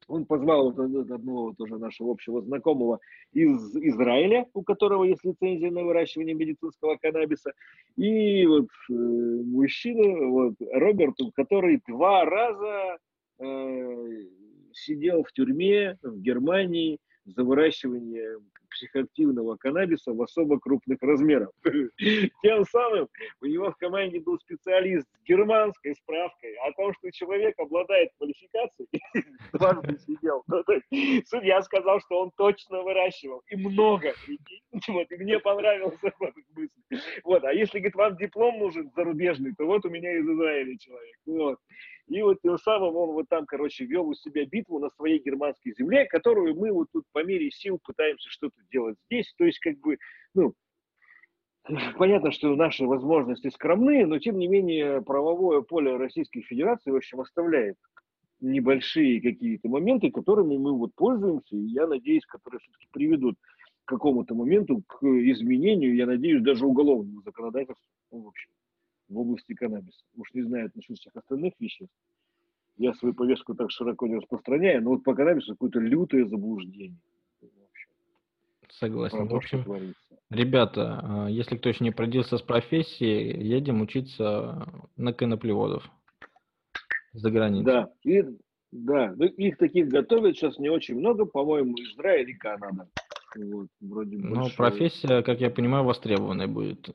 Он позвал вот одного тоже нашего общего знакомого из Израиля, у которого есть лицензия на выращивание медицинского каннабиса, и вот э, мужчина, вот, Роберт, который два раза э, сидел в тюрьме в Германии за выращивание психоактивного каннабиса в особо крупных размерах. Тем самым у него в команде был специалист с германской справкой о том, что человек обладает квалификацией, дважды сидел. Ну, то есть, судья сказал, что он точно выращивал. И много. Вот, и мне понравилась вот эта мысль. Вот, а если, говорит, вам диплом нужен зарубежный, то вот у меня из Израиля человек. Вот. И вот тем самым он вот там, короче, вел у себя битву на своей германской земле, которую мы вот тут по мере сил пытаемся что-то делать здесь. То есть, как бы, ну, понятно, что наши возможности скромны, но тем не менее правовое поле Российской Федерации, в общем, оставляет небольшие какие-то моменты, которыми мы вот пользуемся, и я надеюсь, которые все-таки приведут к какому-то моменту, к изменению, я надеюсь, даже уголовному законодательству, ну, в общем, в области каннабиса. Уж не знаю насчет всех остальных веществ. Я свою повестку так широко не распространяю, но вот по каннабису какое-то лютое заблуждение. В общем, Согласен. про В то, что общем, творится. ребята, а, если кто еще не родился с профессией, едем учиться на коноплеводов за границу. Да, и, да, ну, их таких готовят сейчас не очень много, по-моему, Израиль и Канада. Вот, вроде Но больше. профессия, как я понимаю, востребованной будет.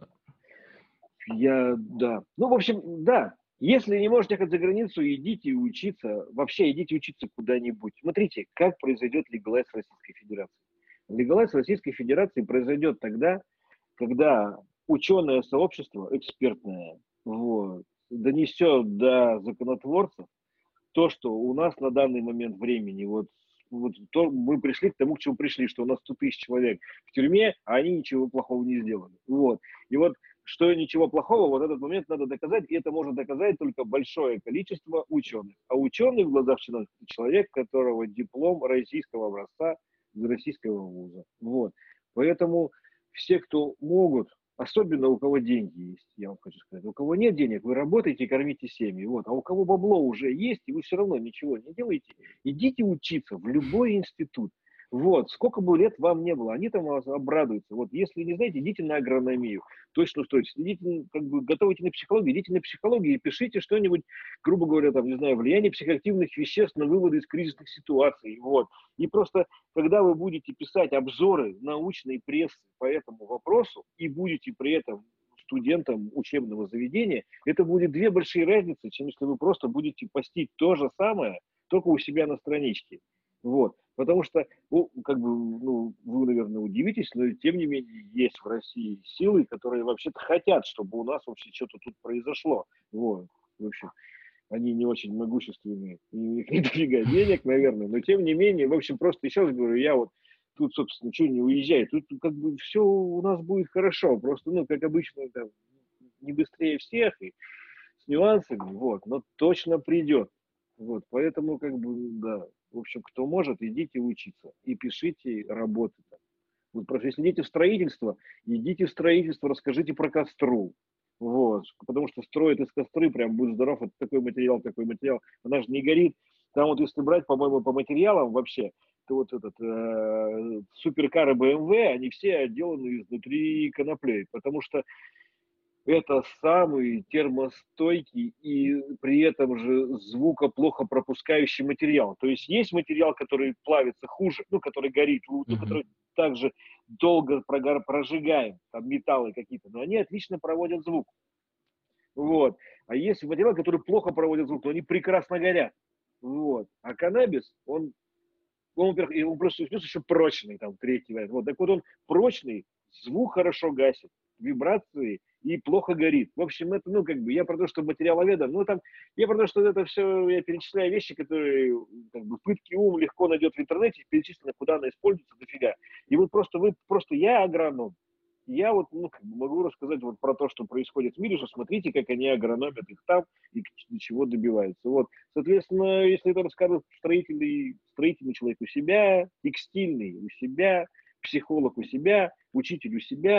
Я, да. Ну, в общем, да. Если не можете ехать за границу, идите учиться. Вообще, идите учиться куда-нибудь. Смотрите, как произойдет легалайз в Российской Федерации. Легалайз в Российской Федерации произойдет тогда, когда ученое сообщество, экспертное, вот, донесет до законотворцев то, что у нас на данный момент времени, вот, вот то, мы пришли к тому, к чему пришли, что у нас сто тысяч человек в тюрьме, а они ничего плохого не сделали. Вот. И вот что ничего плохого, вот этот момент надо доказать, и это может доказать только большое количество ученых. А ученый в глазах чиновников – человек, у которого диплом российского образца из российского вуза. Вот. Поэтому все, кто могут, особенно у кого деньги есть, я вам хочу сказать. У кого нет денег, вы работаете и кормите семьи. Вот. А у кого бабло уже есть, и вы все равно ничего не делаете, идите учиться в любой институт. Вот. Сколько бы лет вам не было, они там вас обрадуются. Вот. Если не знаете, идите на агрономию. Точно устроитесь. Идите, как бы, готовите на психологию, идите на психологию и пишите что-нибудь, грубо говоря, там, не знаю, влияние психоактивных веществ на выводы из кризисных ситуаций. Вот. И просто, когда вы будете писать обзоры научной прессы по этому вопросу и будете при этом студентом учебного заведения, это будет две большие разницы, чем если вы просто будете постить то же самое, только у себя на страничке. Вот. Потому что, ну, как бы, ну, вы, наверное, удивитесь, но тем не менее есть в России силы, которые вообще-то хотят, чтобы у нас вообще что-то тут произошло. Вот. В общем, они не очень могущественные, и у них нет дофига денег, наверное, но тем не менее, в общем, просто еще раз говорю, я вот тут, собственно, что не уезжаю, тут как бы все у нас будет хорошо, просто, ну, как обычно, там, не быстрее всех и с нюансами, вот, но точно придет, вот, поэтому, как бы, да, в общем, кто может, идите учиться и пишите работы. Вот, просто если идите в строительство, идите в строительство, расскажите про костру. Вот, потому что строят из костры, прям будь здоров, это такой материал, такой материал, она же не горит. Там вот если брать, по-моему, по материалам вообще, то вот этот э, суперкары бэ эм вэ, они все отделаны изнутри коноплей, потому что это самый термостойкий и при этом же звукоплохо пропускающий материал. То есть есть материал, который плавится хуже, ну, который горит, ну, Мгм. который также долго прогор- прожигаем, там металлы какие-то, но они отлично проводят звук. Вот. А есть материалы, которые плохо проводят звук, но они прекрасно горят. Вот. А каннабис, он, он, во-первых, и он просто плюс еще прочный, там, третий вариант. Вот. Так вот он прочный, звук хорошо гасит, вибрации и плохо горит. В общем, это, ну, как бы, я про то, что материаловедом, ну, там, я про то, что это все, я перечисляю вещи, которые, как бы, пытки ум легко найдет в интернете, перечислено, куда она используется, дофига. И вот просто вы, просто я агроном, я вот, ну, как бы могу рассказать вот про то, что происходит в мире, что смотрите, как они агрономят их там и до чего добиваются. Вот, соответственно, если это расскажет строительный, строительный человек у себя, текстильный у себя, психолог у себя, учитель у себя,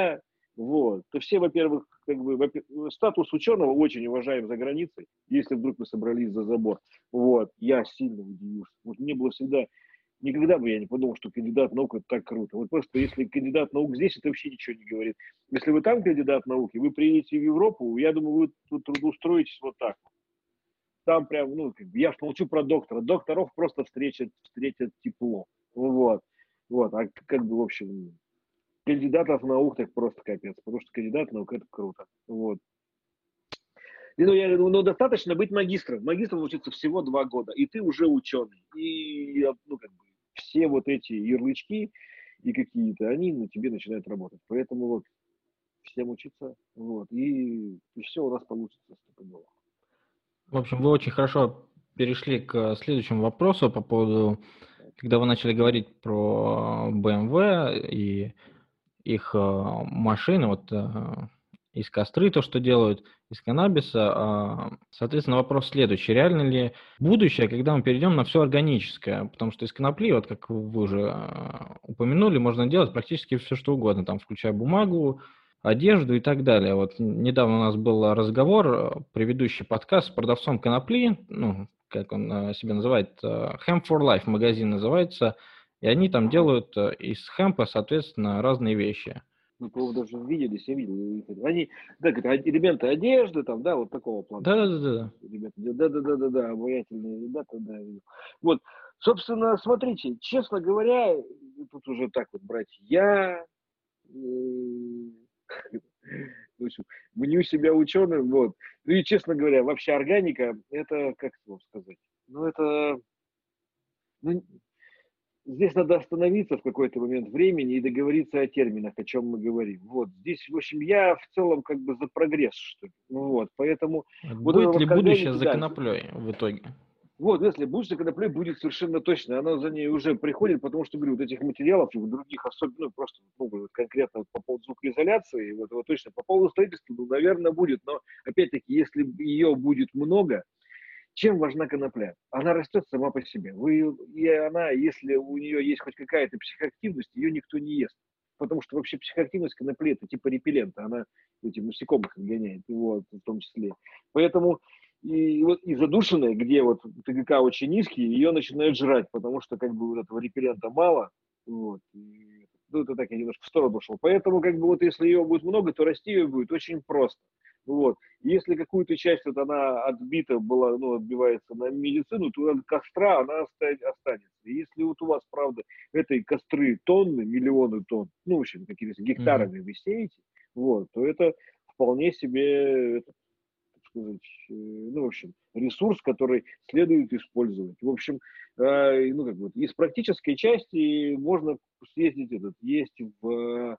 вот, то все, во-первых, как бы, во-пе- статус ученого очень уважаем за границей, если вдруг мы собрались за забор. Вот, я сильно удивился. Вот мне было всегда, никогда бы я не подумал, что кандидат наук это так круто. Вот просто если кандидат наук здесь, это вообще ничего не говорит. Если вы там кандидат наук, и вы приедете в Европу, я думаю, вы тут трудоустроитесь вот так. Там прям, ну, как бы, я ж молчу про доктора. Докторов просто встретят, встретят тепло. Вот. Вот. А как бы, в общем, кандидатов наук так просто капец. Потому что кандидат наук это круто. Вот. И, ну, я, ну, ну, достаточно быть магистром. Магистром учиться всего два года, и ты уже ученый. И, ну, как бы, все вот эти ярлычки и какие-то, они на тебе начинают работать. Поэтому вот всем учиться, вот, и, и все у нас получится стопудово. В общем, вы очень хорошо перешли к следующему вопросу по поводу, когда вы начали говорить про бэ эм вэ и их э, машины, вот э, из костры то, что делают, из каннабиса. а, Соответственно, вопрос следующий. Реально ли будущее, когда мы перейдем на все органическое? Потому что из конопли, вот как вы уже э, упомянули, можно делать практически все, что угодно, там, включая бумагу, одежду и так далее. Вот недавно у нас был разговор, э, предыдущий подкаст с продавцом конопли, ну, как он э, себя называет, э, Hemp for Life магазин называется, и они там Ага. делают э, из хемпа, соответственно, разные вещи. Ну, по-моему, даже виделись, я видел. Они, так, это элементы одежды, там, да, вот такого плана. Да-да-да. Ребята, да-да-да-да-да, обаятельные ребята, да. Вот, собственно, смотрите, честно говоря, тут уже так вот брать, я, э, в общем, мню себя ученым, вот. Ну и, честно говоря, вообще органика, это, как вам сказать, ну это, ну, здесь надо остановиться в какой-то момент времени и договориться о терминах, о чем мы говорим. Вот здесь, в общем, я в целом как бы за прогресс, что ли. Ну вот, поэтому Вот вот это будет вот ли к будущее органике, за да. коноплей в итоге? Вот, если будет за коноплей, будет совершенно точно. Она за ней уже приходит, потому что, говорю, вот этих материалов и других особенно, ну, просто ну, вот конкретно вот по поводу звукоизоляции, вот, вот точно по поводу строительства, ну, наверное, будет. Но, опять-таки, если ее будет много, чем важна конопля? Она растет сама по себе. Вы, и она, если у нее есть хоть какая-то психоактивность, ее никто не ест. Потому что вообще психоактивность конопли это типа репеллента, она этих насекомых отгоняет, вот, в том числе. Поэтому и, вот, и задушенная, где вот тэ гэ ка очень низкий, ее начинают жрать, потому что как бы вот этого репеллента мало. Вот, и, ну, это так я немножко в сторону ушел. Поэтому как бы вот если ее будет много, то расти ее будет очень просто. Вот. Если какую-то часть вот она отбита была, ну, отбивается на медицину, то от костра она останется. Если вот у вас, правда, этой костры тонны, миллионы тонн, ну, в общем, какими-то Мгм. гектарами вы сеете, вот, то это вполне себе, это, так сказать, э, ну, в общем, ресурс, который следует использовать. В общем, э, ну, как бы, из практической части можно съездить этот, есть в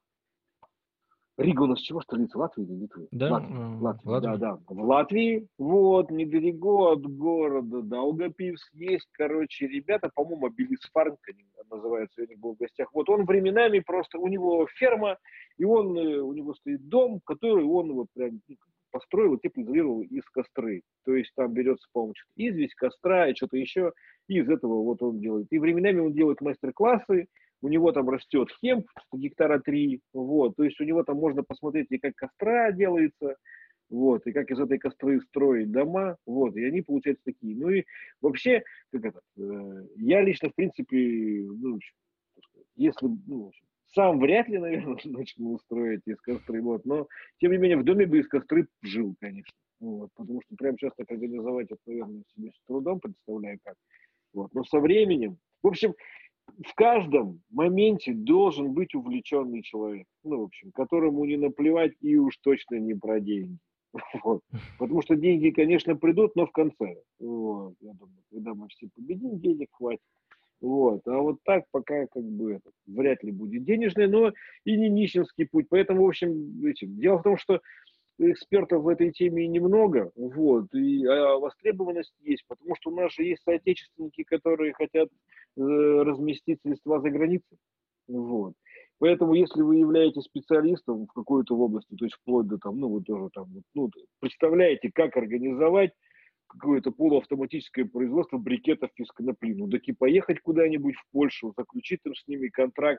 Рига у нас чего столица? Латвии или Литвы? Да, Латвии. э, Латвии, да, Латвия. да. В Латвии, вот, недалеко от города Даугавпилс есть, короче, ребята, по-моему, Абилис Фарм, они называются, я у них был в гостях. Вот он временами просто, у него ферма, и он, э, у него стоит дом, который он вот прям ну, построил и теплоизолировал из костры. То есть там берется, по-моему, что-то известь, костра и что-то еще, и из этого вот он делает. И временами он делает мастер-классы, у него там растет хемп, гектара три, вот, то есть у него там можно посмотреть и как костра делается, вот, и как из этой костры строить дома, вот, и они получаются такие. Ну и вообще, как это, э, я лично, в принципе, ну, если, ну, сам вряд ли, наверное, начну строить из костры, вот, но, тем не менее, в доме бы из костры жил, конечно, вот, потому что прям сейчас так организовать это, наверное, себе с трудом представляю как, вот, но со временем, в общем, в каждом моменте должен быть увлеченный человек, ну, в общем, которому не наплевать и уж точно не про деньги. Вот. Потому что деньги, конечно, придут, но в конце. Вот. Я думаю, когда мы все победим, денег хватит. Вот. А вот так пока как бы это, вряд ли будет денежный, но и не нищенский путь. Поэтому, в общем, этим. Дело в том, что экспертов в этой теме немного, вот, и а востребованность есть, потому что у нас же есть соотечественники, которые хотят э, разместить средства за границей, вот. Поэтому, если вы являетесь специалистом в какой-то области, то есть вплоть до там, ну, вы тоже там, ну, представляете, как организовать какое-то полуавтоматическое производство брикетов из конопли. Ну, таки поехать куда-нибудь в Польшу, заключить там с ними контракт,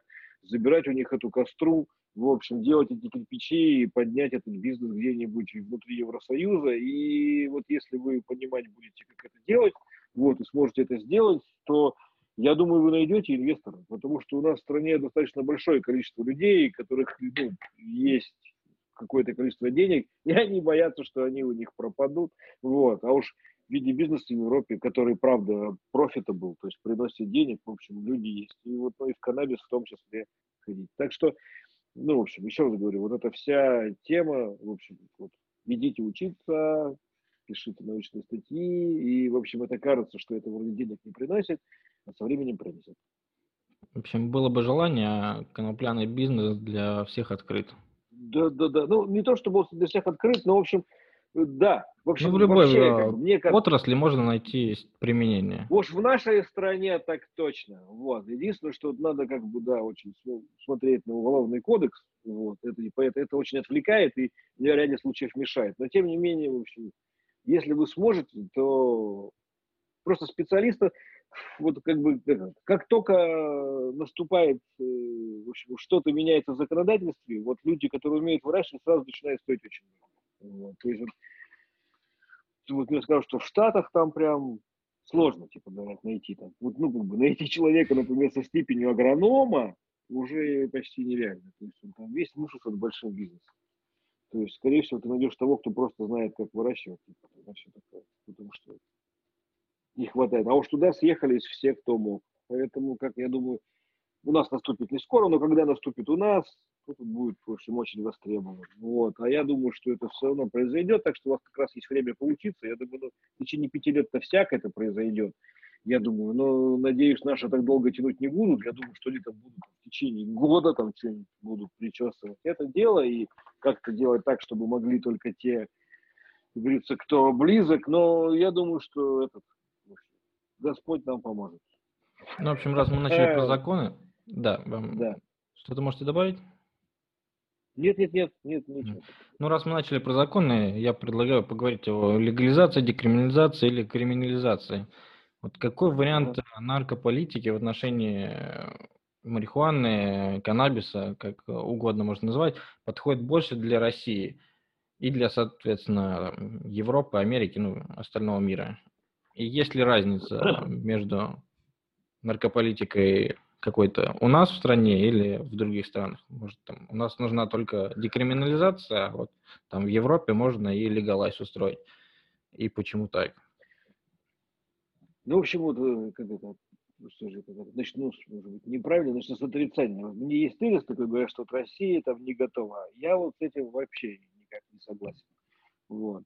забирать у них эту костру, в общем, делать эти кирпичи и поднять этот бизнес где-нибудь внутри Евросоюза. И вот если вы понимать будете, как это делать, вот, и сможете это сделать, то я думаю, вы найдете инвестора, потому что у нас в стране достаточно большое количество людей, у которых ну, есть какое-то количество денег, и они боятся, что они у них пропадут. Вот. А уж в виде бизнеса в Европе, который, правда, profitable, то есть приносит денег, в общем, люди есть. И вот ну, и в каннабис в том числе ходить. Так что, ну, в общем, еще раз говорю, вот эта вся тема, в общем, вот, идите учиться, пишите научные статьи, и, в общем, это кажется, что это вроде денег не приносит, а со временем принесет. В общем, было бы желание, а конопляный бизнес для всех открыт. Да, да, да. Ну, не то, чтобы он для всех открыт, но, в общем, э, да. В Ну, в общем, любой вообще, как э, бы, мне кажется, отрасли можно найти с- применение. уж в нашей стране так точно. Вот. Единственное, что надо, как бы, да, очень смо- смотреть на уголовный кодекс. Вот. Это, и поэт- это очень отвлекает и в ряде случаев мешает. Но, тем не менее, в общем, если вы сможете, то просто специалиста, вот как бы, это, как только наступает, э, в общем, что-то меняется в законодательстве, вот люди, которые умеют выращивать, сразу начинают стоить очень много. Вот. То есть, вот, вот я скажу, что в Штатах там прям сложно, типа, говорят, найти там. Вот, ну, как бы, найти человека, например, со степенью агронома уже почти нереально. То есть он там весь мусор от большим бизнесом. То есть, скорее всего, ты найдешь того, кто просто знает, как выращивать, типа, и всё такое. Потому что не хватает. А уж туда съехались все, кто мог. Поэтому, как я думаю, у нас наступит не скоро, но когда наступит у нас, то тут будет, в общем, очень востребован. Вот. А я думаю, что это все равно произойдет, так что у вас как раз есть время поучиться. Я думаю, ну, в течение пяти лет-то всяко это произойдет. Я думаю, но надеюсь, наши так долго тянуть не будут. Я думаю, что они там будут в течение года там что-нибудь будут причесывать это дело и как-то делать так, чтобы могли только те, как говорится, кто близок. Но я думаю, что этот Господь нам поможет. Ну, в общем, раз мы начали про законы, да, вам Да. что-то можете добавить? Нет, нет, нет, нет, Мгм. ничего. Ну, раз мы начали про законы, я предлагаю поговорить о легализации, декриминализации или криминализации. Вот какой вариант Ага. наркополитики в отношении э, марихуаны, каннабиса, как э, угодно можно назвать, подходит больше для России и для, соответственно, м, Европы, Америки, ну, остального мира? И есть ли разница между наркополитикой какой-то у нас в стране или в других странах? Может, там у нас нужна только декриминализация, а вот там в Европе можно и легалайз устроить. И почему так? Ну, в общем, вот э, как это, ну, что же это, начну, с, может быть, неправильно, начну с отрицания. Вот мне есть тезис такой, говорят, что вот Россия там не готова. Я вот с этим вообще никак не согласен. Вот.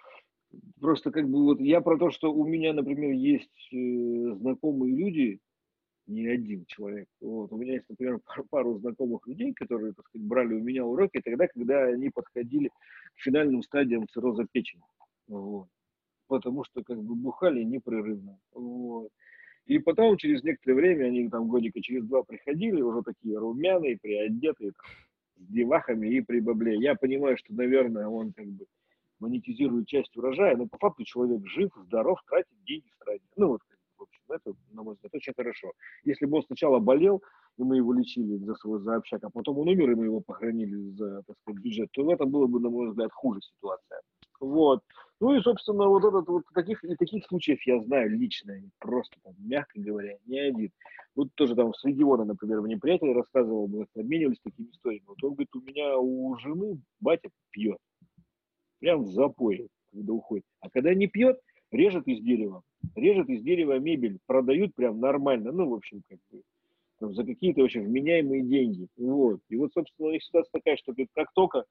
Просто как бы вот я про то, что у меня, например, есть э, знакомые люди, не один человек. Вот. У меня есть, например, пару, пару знакомых людей, которые, так сказать, брали у меня уроки тогда, когда они подходили к финальным стадиям цирроза печени. Вот. Потому что как бы бухали непрерывно. Вот. И потом, через некоторое время, они там годика через два приходили, уже такие румяные, приодетые, там, с девахами и при бабле. Я понимаю, что, наверное, он как бы монетизирует часть урожая, но по факту человек жив, здоров, тратит деньги в стране. Ну, вот, в общем, это, на мой взгляд, очень хорошо. Если бы он сначала болел, и мы его лечили за свой за общак, а потом он умер, и мы его похоронили за, так сказать, бюджет, то в этом было бы, на мой взгляд, хуже ситуация. Вот. Ну и, собственно, вот этот вот таких, и таких случаев я знаю лично, и просто, там, мягко говоря, не один. Вот тоже там с региона, например, мне приятель рассказывал, мы обменивались такими историями. Вот он говорит, у меня у жены батя пьет, прям в запое, когда уходит. А когда не пьет, режет из дерева. Режет из дерева мебель, продают прям нормально, ну, в общем, как бы, там, за какие-то очень вменяемые деньги. Вот. И вот, собственно, у них ситуация такая, что говорит, как только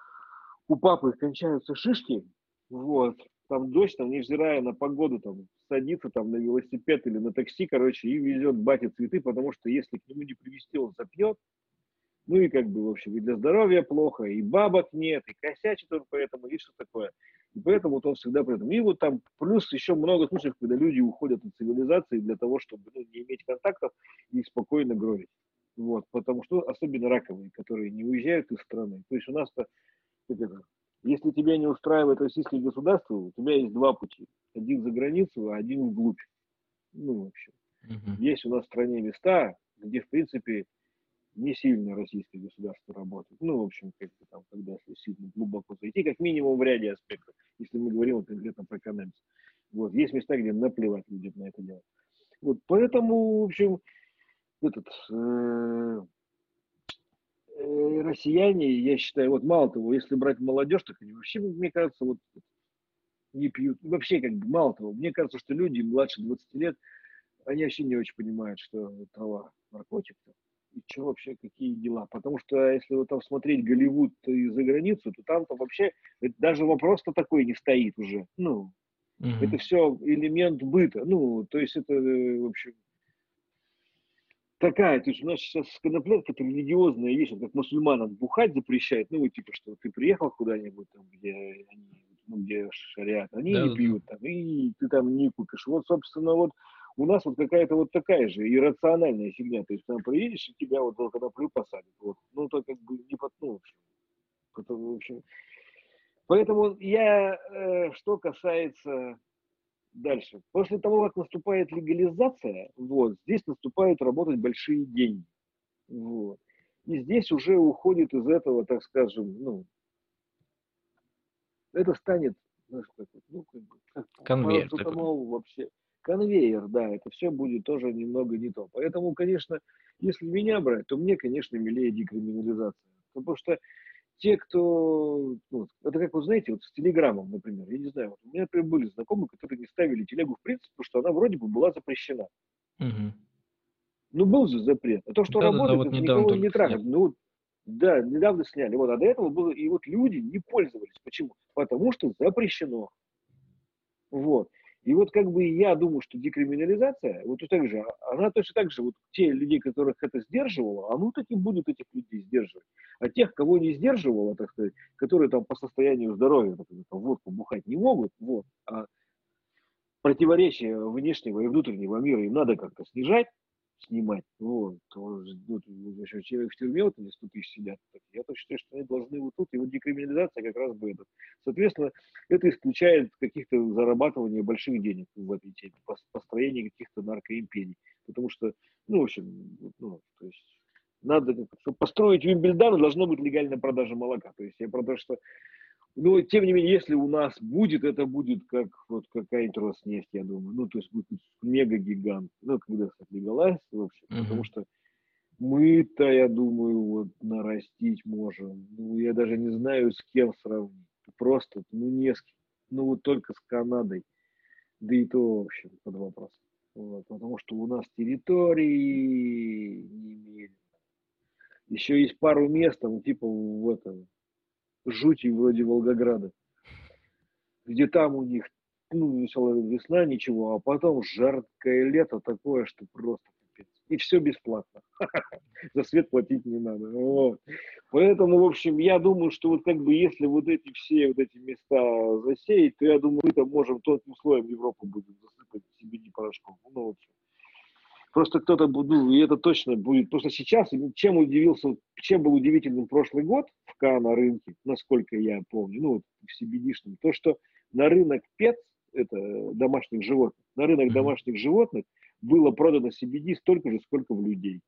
у папы кончаются шишки, вот, там дождь, там, невзирая на погоду, там, садится там на велосипед или на такси, короче, и везет батя цветы, потому что если к нему не привезти, он запьет, ну и как бы, в общем, и для здоровья плохо, и бабок нет, и косячит он поэтому, и что такое. И поэтому вот он всегда при этом. И вот там плюс еще много случаев, когда люди уходят от цивилизации для того, чтобы ну, не иметь контактов и спокойно гровить. Вот, потому что, особенно раковые, которые не уезжают из страны. То есть у нас-то, как это, если тебя не устраивает российское государство, у тебя есть два пути. Один за границу, а один вглубь. Ну, в общем. Мгм. Есть у нас в стране места, где, в принципе, не сильно российское государство работает. Ну, в общем, как бы там, когда если сильно глубоко зайти, как минимум в ряде аспектов, если мы говорим вот конкретно про экономику. Вот. Есть места, где наплевать людям на это дело. Вот. Поэтому, в общем, этот, э, э, россияне, я считаю, вот мало того, если брать молодежь, так они вообще, мне кажется, вот не пьют. Вообще, как бы, мало того, мне кажется, что люди младше двадцати лет, они вообще не очень понимают, что трава наркотик и что вообще, какие дела. Потому что если вот там смотреть Голливуд и за границу, то там-то вообще даже вопрос-то такой не стоит уже. Ну, это Мгм. все элемент быта. Ну, то есть это, в общем, такая, то есть у нас сейчас конопля-то религиозная вещь, вот как мусульманам бухать запрещают, ну, вот типа, что ты приехал куда-нибудь, там, где они, ну, где шариат, они не Да-да-да. пьют, там, и ты там не купишь. Вот, собственно, вот у нас вот какая-то вот такая же иррациональная фигня, то есть там приедешь, и тебя вот за коноплю посадят, вот, ну, то как бы не под, ну, в общем, потом, в общем. Поэтому я, э, что касается дальше. После того, как наступает легализация, вот, здесь наступают работать большие деньги. Вот. И здесь уже уходит из этого, так скажем, ну, это станет, знаешь, как, ну, как бы, как Конвейер такой. парацетамол вообще, конвейер, да, это все будет тоже немного не то. Поэтому, конечно, если меня брать, то мне, конечно, милее декриминализация. Потому что те, кто, ну, это как вы знаете, вот с Телеграмом, например, я не знаю, вот у меня, например, были знакомые, которые не ставили телегу в принцип, потому что она вроде бы была запрещена. Мгм. Ну, был же запрет. А то, что Да-да-да, работает, вот это недавно никого не только трагает. сняли. Ну, да, недавно сняли. Вот, а до этого было, и вот люди не пользовались. Почему? Потому что запрещено. Вот. И вот как бы я думаю, что декриминализация, вот так же, она точно так же, вот те людей, которых это сдерживало, оно таки будет этих людей сдерживать. А тех, кого не сдерживало, так сказать, которые там по состоянию здоровья, например, там, водку бухать не могут, вот, а противоречия внешнего и внутреннего мира им надо как-то снижать, снимать. Вот. То, ну, еще человек в тюрьме, вот они сто тысяч сидят. Так я то считаю, что они должны вот тут, и вот декриминализация как раз бы это. Соответственно, это исключает каких-то зарабатывания больших денег в этой теме, построение каких-то наркоимперий. Потому что, ну, в общем, ну, то есть надо, чтобы построить Вимбельдан, должно быть легальная продажа молока. То есть я про то, что но, тем не менее, если у нас будет, это будет как вот какая-нибудь Роснефть, я думаю. Ну, то есть будет мега-гигант. Ну, когда, кстати, легалайз, в общем. Потому Мгм. что мы-то, я думаю, вот нарастить можем. Ну, я даже не знаю, с кем сравнить. Просто, ну, не с кем. Ну, вот только с Канадой. Да и то, в общем, под вопрос. Вот, потому что у нас территории не имеют. Еще есть пару мест, там, типа в этом, жути вроде Волгограда, где там у них, ну, веселая весна, ничего, а потом жаркое лето такое, что просто пипец. И все бесплатно. За свет платить не надо. Вот. Поэтому, в общем, я думаю, что вот как бы если вот эти все вот эти места засеять, то я думаю, мы там можем тонким слоем Европу будем засыпать си би ди порошком. Ну, в общем. Просто кто-то, ну, и это точно будет. Просто сейчас, чем удивился, чем был удивительным прошлый год в ка на рынке, насколько я помню, ну, вот в си би ди-шном, то, что на рынок пец, это домашних животных, на рынок Мгм. домашних животных было продано си би ди столько же, сколько в людей.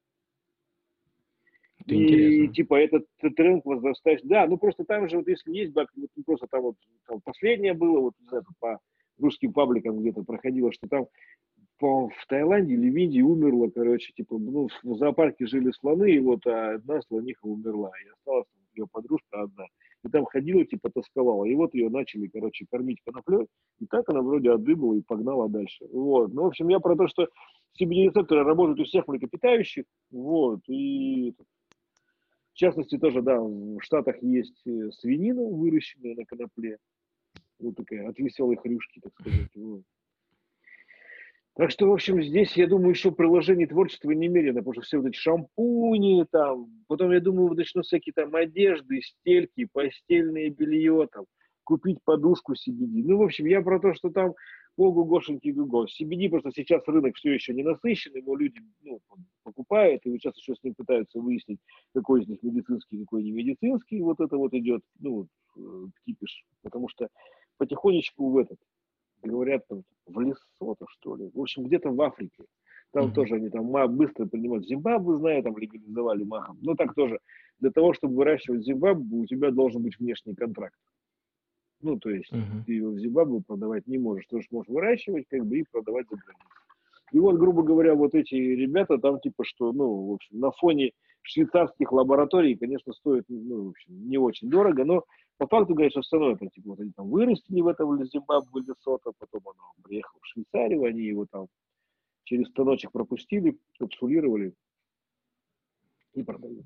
Это И интересно. типа этот тренд возрастает. Да, ну просто там же вот если есть баг, вот, ну, просто там вот там последнее было, вот не знаю, по русским пабликам где-то проходило, что там по в Таиланде или в Индии умерло, короче, типа, ну, в зоопарке жили слоны, и вот а одна слониха умерла, и осталась там ее подружка одна. И там ходила, типа, тосковала. И вот ее начали, короче, кормить коноплей, и так она вроде отдыбала и погнала дальше. Вот. Ну, в общем, я про то, что си би ди-рецепторы работают у всех млекопитающих, вот, и в частности тоже, да, в Штатах есть э, свинина, выращенная на конопле, вот такая, от веселой хрюшки, так сказать, вот. Так что, в общем, здесь, я думаю, еще приложений творчества немерено, потому что все вот эти шампуни, там, потом, я думаю, начнут всякие там одежды, стельки, постельное белье, там, купить подушку си би ди. Ну, в общем, я про то, что там, ого-гошеньки го си би ди просто сейчас рынок все еще не насыщен, его люди, ну, покупают, и вот сейчас еще с ним пытаются выяснить, какой из них медицинский, какой не медицинский, вот это вот идет, ну, вот, кипиш, потому что потихонечку в этот, говорят, там, в Лесото, что ли. В общем, где-то в Африке Там Мгм. тоже они там ма- быстро принимают. Зимбабве, знаю, там легализовали махом. Но так тоже. Для того, чтобы выращивать Зимбабве, у тебя должен быть внешний контракт. Ну, то есть Мгм. ты его в Зимбабве продавать не можешь. Ты же можешь выращивать, как бы, и продавать за границей. И вот, грубо говоря, вот эти ребята там типа что, ну, в общем, на фоне швейцарских лабораторий, конечно, стоит, ну, в общем, не очень дорого, но по факту, говорят, что все равно это, типа, вот они там вырастили в этом Зимбабве Лесото, потом оно приехало в Швейцарию, они его там через станочек пропустили, капсулировали и продали.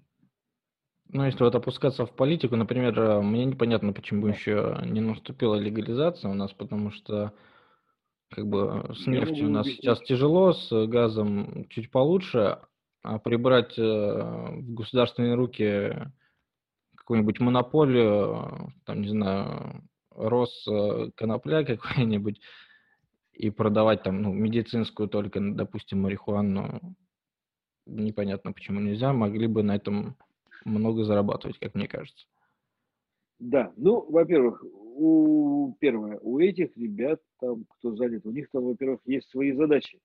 Ну, если вот опускаться в политику, например, э, мне непонятно, почему Да. еще не наступила легализация у нас, потому что как бы э, с Я нефтью у могу нас сейчас объяснить. тяжело, с газом чуть получше, а прибрать э, в государственные руки какую-нибудь монополию, э, там, не знаю, рос э, конопля какой-нибудь и продавать там, ну, медицинскую только, н- допустим, марихуану, непонятно, почему нельзя, могли бы на этом много зарабатывать, как мне кажется. Да, ну, во-первых, у первое, у этих ребят там, кто занят, у них там, во-первых, есть свои задачи.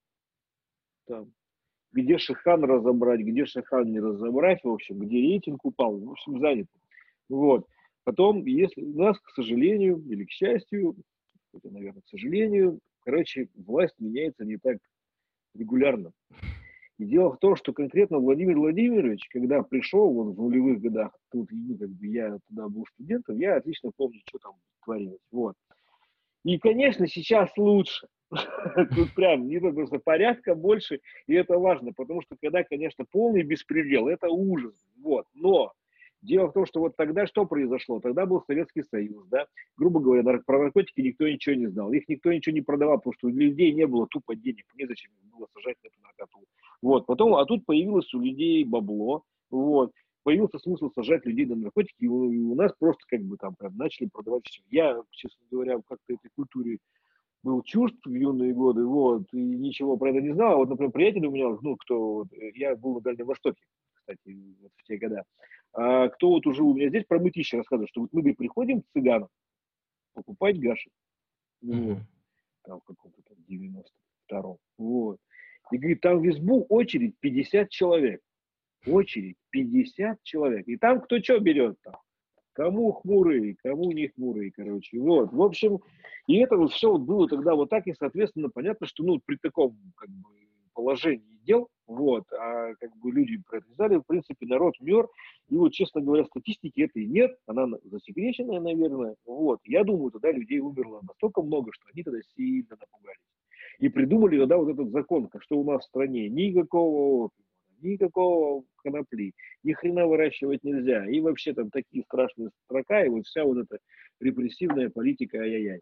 Там, где Шихан разобрать, где Шихан не разобрать, в общем, где рейтинг упал, в общем, занят. Вот. Потом, если у нас, к сожалению, или к счастью, это, наверное, к сожалению, короче, власть меняется не так регулярно. И дело в том, что конкретно Владимир Владимирович, когда пришел вот в нулевых годах, тут ну, как бы я туда был студентом, я отлично помню, что там творилось. Вот. И, конечно, сейчас лучше. Тут прям не то, просто порядка больше, и это важно, потому что когда, конечно, полный беспредел, это ужас. Вот. Но дело в том, что вот тогда что произошло? Тогда был Советский Союз, да, грубо говоря, нар- про наркотики никто ничего не знал, их никто ничего не продавал, потому что у людей не было тупо денег, незачем их было сажать на эту наркоту. Вот, потом, а тут появилось у людей бабло, вот, появился смысл сажать людей на наркотики, и у, и у нас просто как бы там прям начали продавать все. Я, честно говоря, как-то этой культуре был чужд в юные годы, вот, и ничего про это не знал. А вот, например, приятель у меня, ну, кто, вот, э, я был на Дальнем Востоке, кстати, вот в те годы. А кто вот уже у меня здесь про мытищи рассказывает, что вот мы, говорит, приходим к цыганам покупать гаши, вот, Мгм. там в каком-то там девяносто втором, вот. И, говорит, там в избу очередь пятьдесят человек, очередь пятьдесят человек. И там кто что берет там. Кому хмурый, кому не хмурый, короче. Вот, в общем, и это вот все вот было тогда вот так, и, соответственно, понятно, что, ну, при таком, как бы, положении дел, вот, а как бы люди про это не знали, в принципе, народ мер, и вот, честно говоря, статистики этой нет, она на- засекреченная, наверное, вот. Я думаю, тогда людей умерло настолько много, что они тогда сильно напугались. И придумали тогда вот этот закон, что у нас в стране никакого опиума, никакого конопли, ни хрена выращивать нельзя. И вообще там такие страшные строка, и вот вся вот эта репрессивная политика, ай-яй-яй.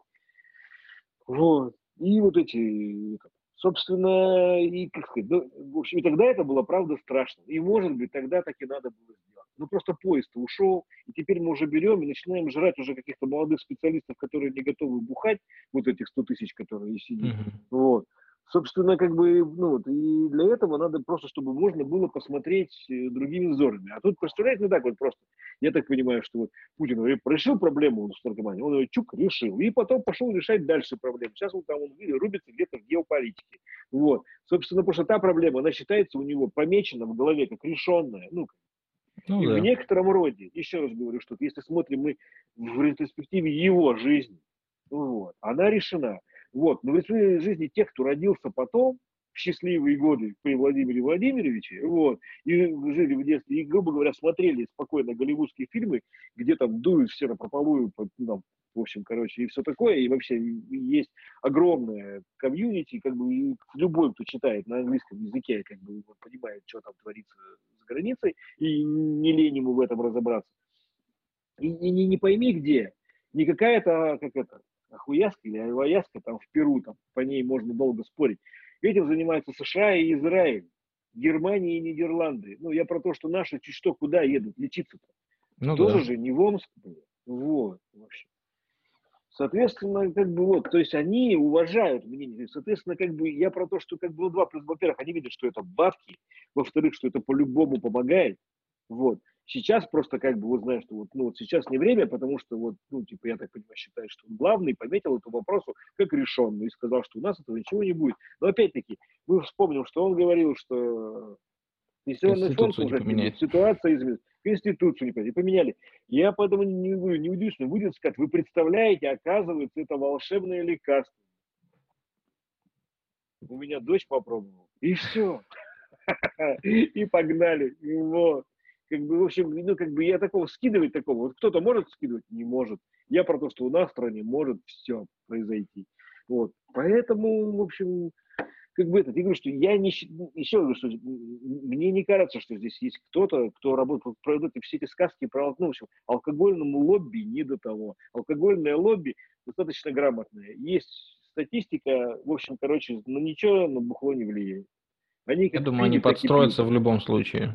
Вот. И вот эти, собственно, и, как сказать, ну, в общем, и тогда это было, правда, страшно. И, может быть, тогда так и надо было сделать. Ну, просто поезд ушел, и теперь мы уже берем и начинаем жрать уже каких-то молодых специалистов, которые не готовы бухать, вот этих сто тысяч, которые сидит. Мгм. Вот. Собственно, как бы, ну, вот, и для этого надо просто, чтобы можно было посмотреть э, другими взорами. А тут, представляете, ну так вот просто. Я так понимаю, что вот Путин говорит, решил проблему с наркоманией, он ее чук решил, и потом пошел решать дальше проблему. Сейчас он там он рубится где-то в геополитике. Вот. Собственно, потому что та проблема, она считается у него помечена в голове как решенная. Ну, Ну и в да. некотором роде, еще раз говорю, что если смотрим мы в ретроспективе его жизни, вот, она решена. Вот. Но в ретроспективе жизни тех, кто родился потом, в счастливые годы при Владимире Владимировиче, вот, и жили в детстве, и, грубо говоря, смотрели спокойно голливудские фильмы, где там дуют все напропалую, ну, там, в общем, короче, и все такое, и вообще есть огромное комьюнити, как бы и любой, кто читает на английском языке, как бы вот, понимает, что там творится за границей, и не лень ему в этом разобраться. И, и не, не пойми где, не какая-то, как это, Ахуяска или Айваяска там в Перу, там по ней можно долго спорить. Этим занимаются США и Израиль, Германия и Нидерланды. Ну, я про то, что наши чуть что куда едут лечиться-то. Ну Тоже да. же не в Омск. Блин. Вот, вообще. Соответственно, как бы вот, то есть они уважают мнение. Соответственно, как бы я про то, что как бы ну, два плюс, во-первых, они видят, что это бабки, во-вторых, что это по-любому помогает, вот. Сейчас просто как бы вот знаешь, что вот, ну, вот сейчас не время, потому что вот, ну, типа, я так понимаю, считаю, что он главный, пометил эту вопросу как решенную и сказал, что у нас этого ничего не будет. Но опять-таки, мы вспомним, что он говорил, что пенсионный фонд Конституцию не может не быть, поменять. ситуация изменится, Конституцию не поменяли, поменяли. Я поэтому не, говорю, не удивлюсь, но будет сказать, вы представляете, оказывается, это волшебное лекарство. У меня дочь попробовала, и все. И погнали. Вот. Как бы, в общем, ну, как бы я такого скидывать такого. Вот кто-то может скидывать? Не может. Я про то, что у нас в стране может все произойти. Вот. Поэтому, в общем, как бы это, я говорю, что я не, ну, еще говорю, что мне не кажется, что здесь есть кто-то, кто работает про вот эти, все эти сказки про, ну, в общем, алкогольному лобби не до того. Алкогольное лобби достаточно грамотное. Есть статистика, в общем, короче, ну ничего на бухло не влияет. Они Я как думаю, они пили, так и пьют. подстроятся в любом случае.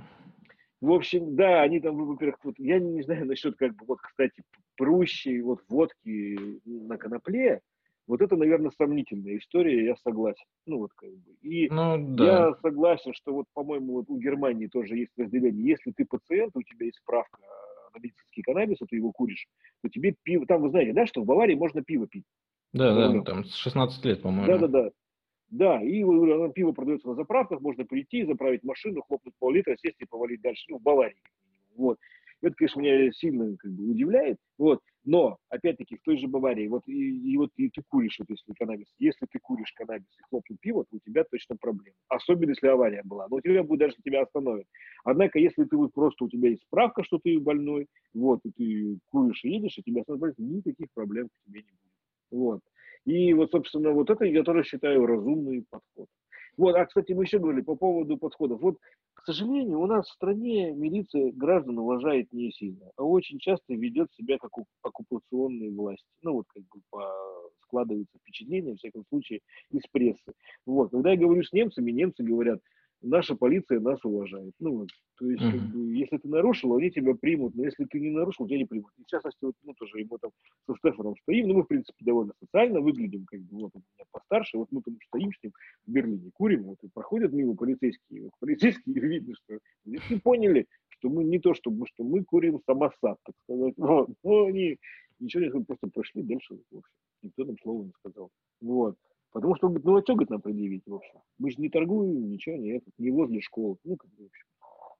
В общем, да, они там, во-первых, вот, я не знаю насчет, как бы, вот, кстати, прущей вот водки на конопле, вот это, наверное, сомнительная история, я согласен. Ну, вот, как бы. И Ну, да. я согласен, что вот, по-моему, вот у Германии тоже есть разделение. Если ты пациент, у тебя есть справка на медицинский каннабис, а ты его куришь, то тебе пиво... Там, вы знаете, да, что в Баварии можно пиво пить Да, за да, рулем? там с шестнадцати лет, по-моему. Да-да-да. Да, и вот, говорю, оно, пиво продается на заправках, можно прийти, заправить машину, хлопнуть пол-литра, сесть и повалить дальше, ну, в Баварии. Вот. Это, конечно, меня сильно как бы удивляет, вот. Но, опять-таки, в той же Баварии, вот и, и вот и ты куришь, вот, если каннабис, если ты куришь каннабис и хлопнул пиво, то у тебя точно проблема. Особенно, если авария была. Но у тебя будет даже, тебя остановят. Однако, если ты вот просто, у тебя есть справка, что ты больной, вот, и ты куришь и едешь, и тебя остановят, никаких проблем к тебе не будет. Вот. И вот, собственно, вот это я тоже считаю разумный подход. Вот, а, кстати, мы еще говорили по поводу подходов. Вот, к сожалению, у нас в стране милиция граждан уважает не сильно, а очень часто ведет себя как оккупационные власти. Ну, вот как бы по... складывается впечатление, в всяком случае, из прессы. Вот, когда я говорю с немцами, немцы говорят, наша полиция нас уважает. Ну, вот, то есть, как Мгм. бы, если ты нарушил, они тебя примут, но если ты не нарушил, тебя не примут. И в частности, вот, ну, тоже ему там со Стефаном стоим, ну, мы, в принципе, довольно социально выглядим, как бы, вот, он у меня постарше, вот мы там стоим с ним в Берлине, курим, вот, и проходят мимо полицейские, вот, полицейские, видно, что здесь не поняли, что мы не то, что, что мы курим самосад, так сказать, вот, но они ничего не просто прошли дальше, в общем, никто нам слова не сказал, вот. Потому что, ну, а что, говорит, нам предъявить, в общем? Мы же не торгуем, ничего, не, это, не возле школы. Ну, как бы, в общем.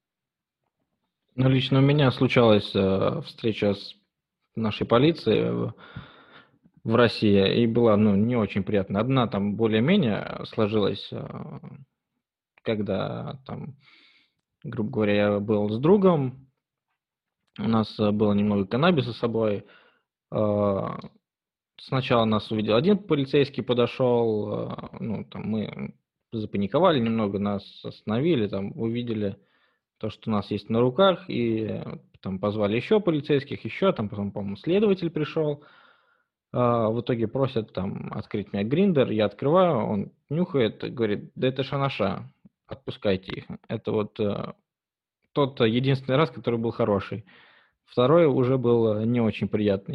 Ну, лично у меня случалась э, встреча с нашей полицией в, в России, и была, ну, не очень приятно. Одна там более-менее сложилась, э, когда там, грубо говоря, я был с другом, у нас э, было немного каннабиса с собой. Э, Сначала нас увидел один полицейский, подошел, э, ну, там мы запаниковали немного, нас остановили, там увидели то, что у нас есть на руках, и э, там позвали еще полицейских, еще, там потом, по-моему, следователь пришел. А, в итоге просят там открыть мне гриндер, я открываю, он нюхает и говорит, да это шанаша, отпускайте их. Это вот э, тот э, единственный раз, который был хороший. Второй уже был э, не очень приятный.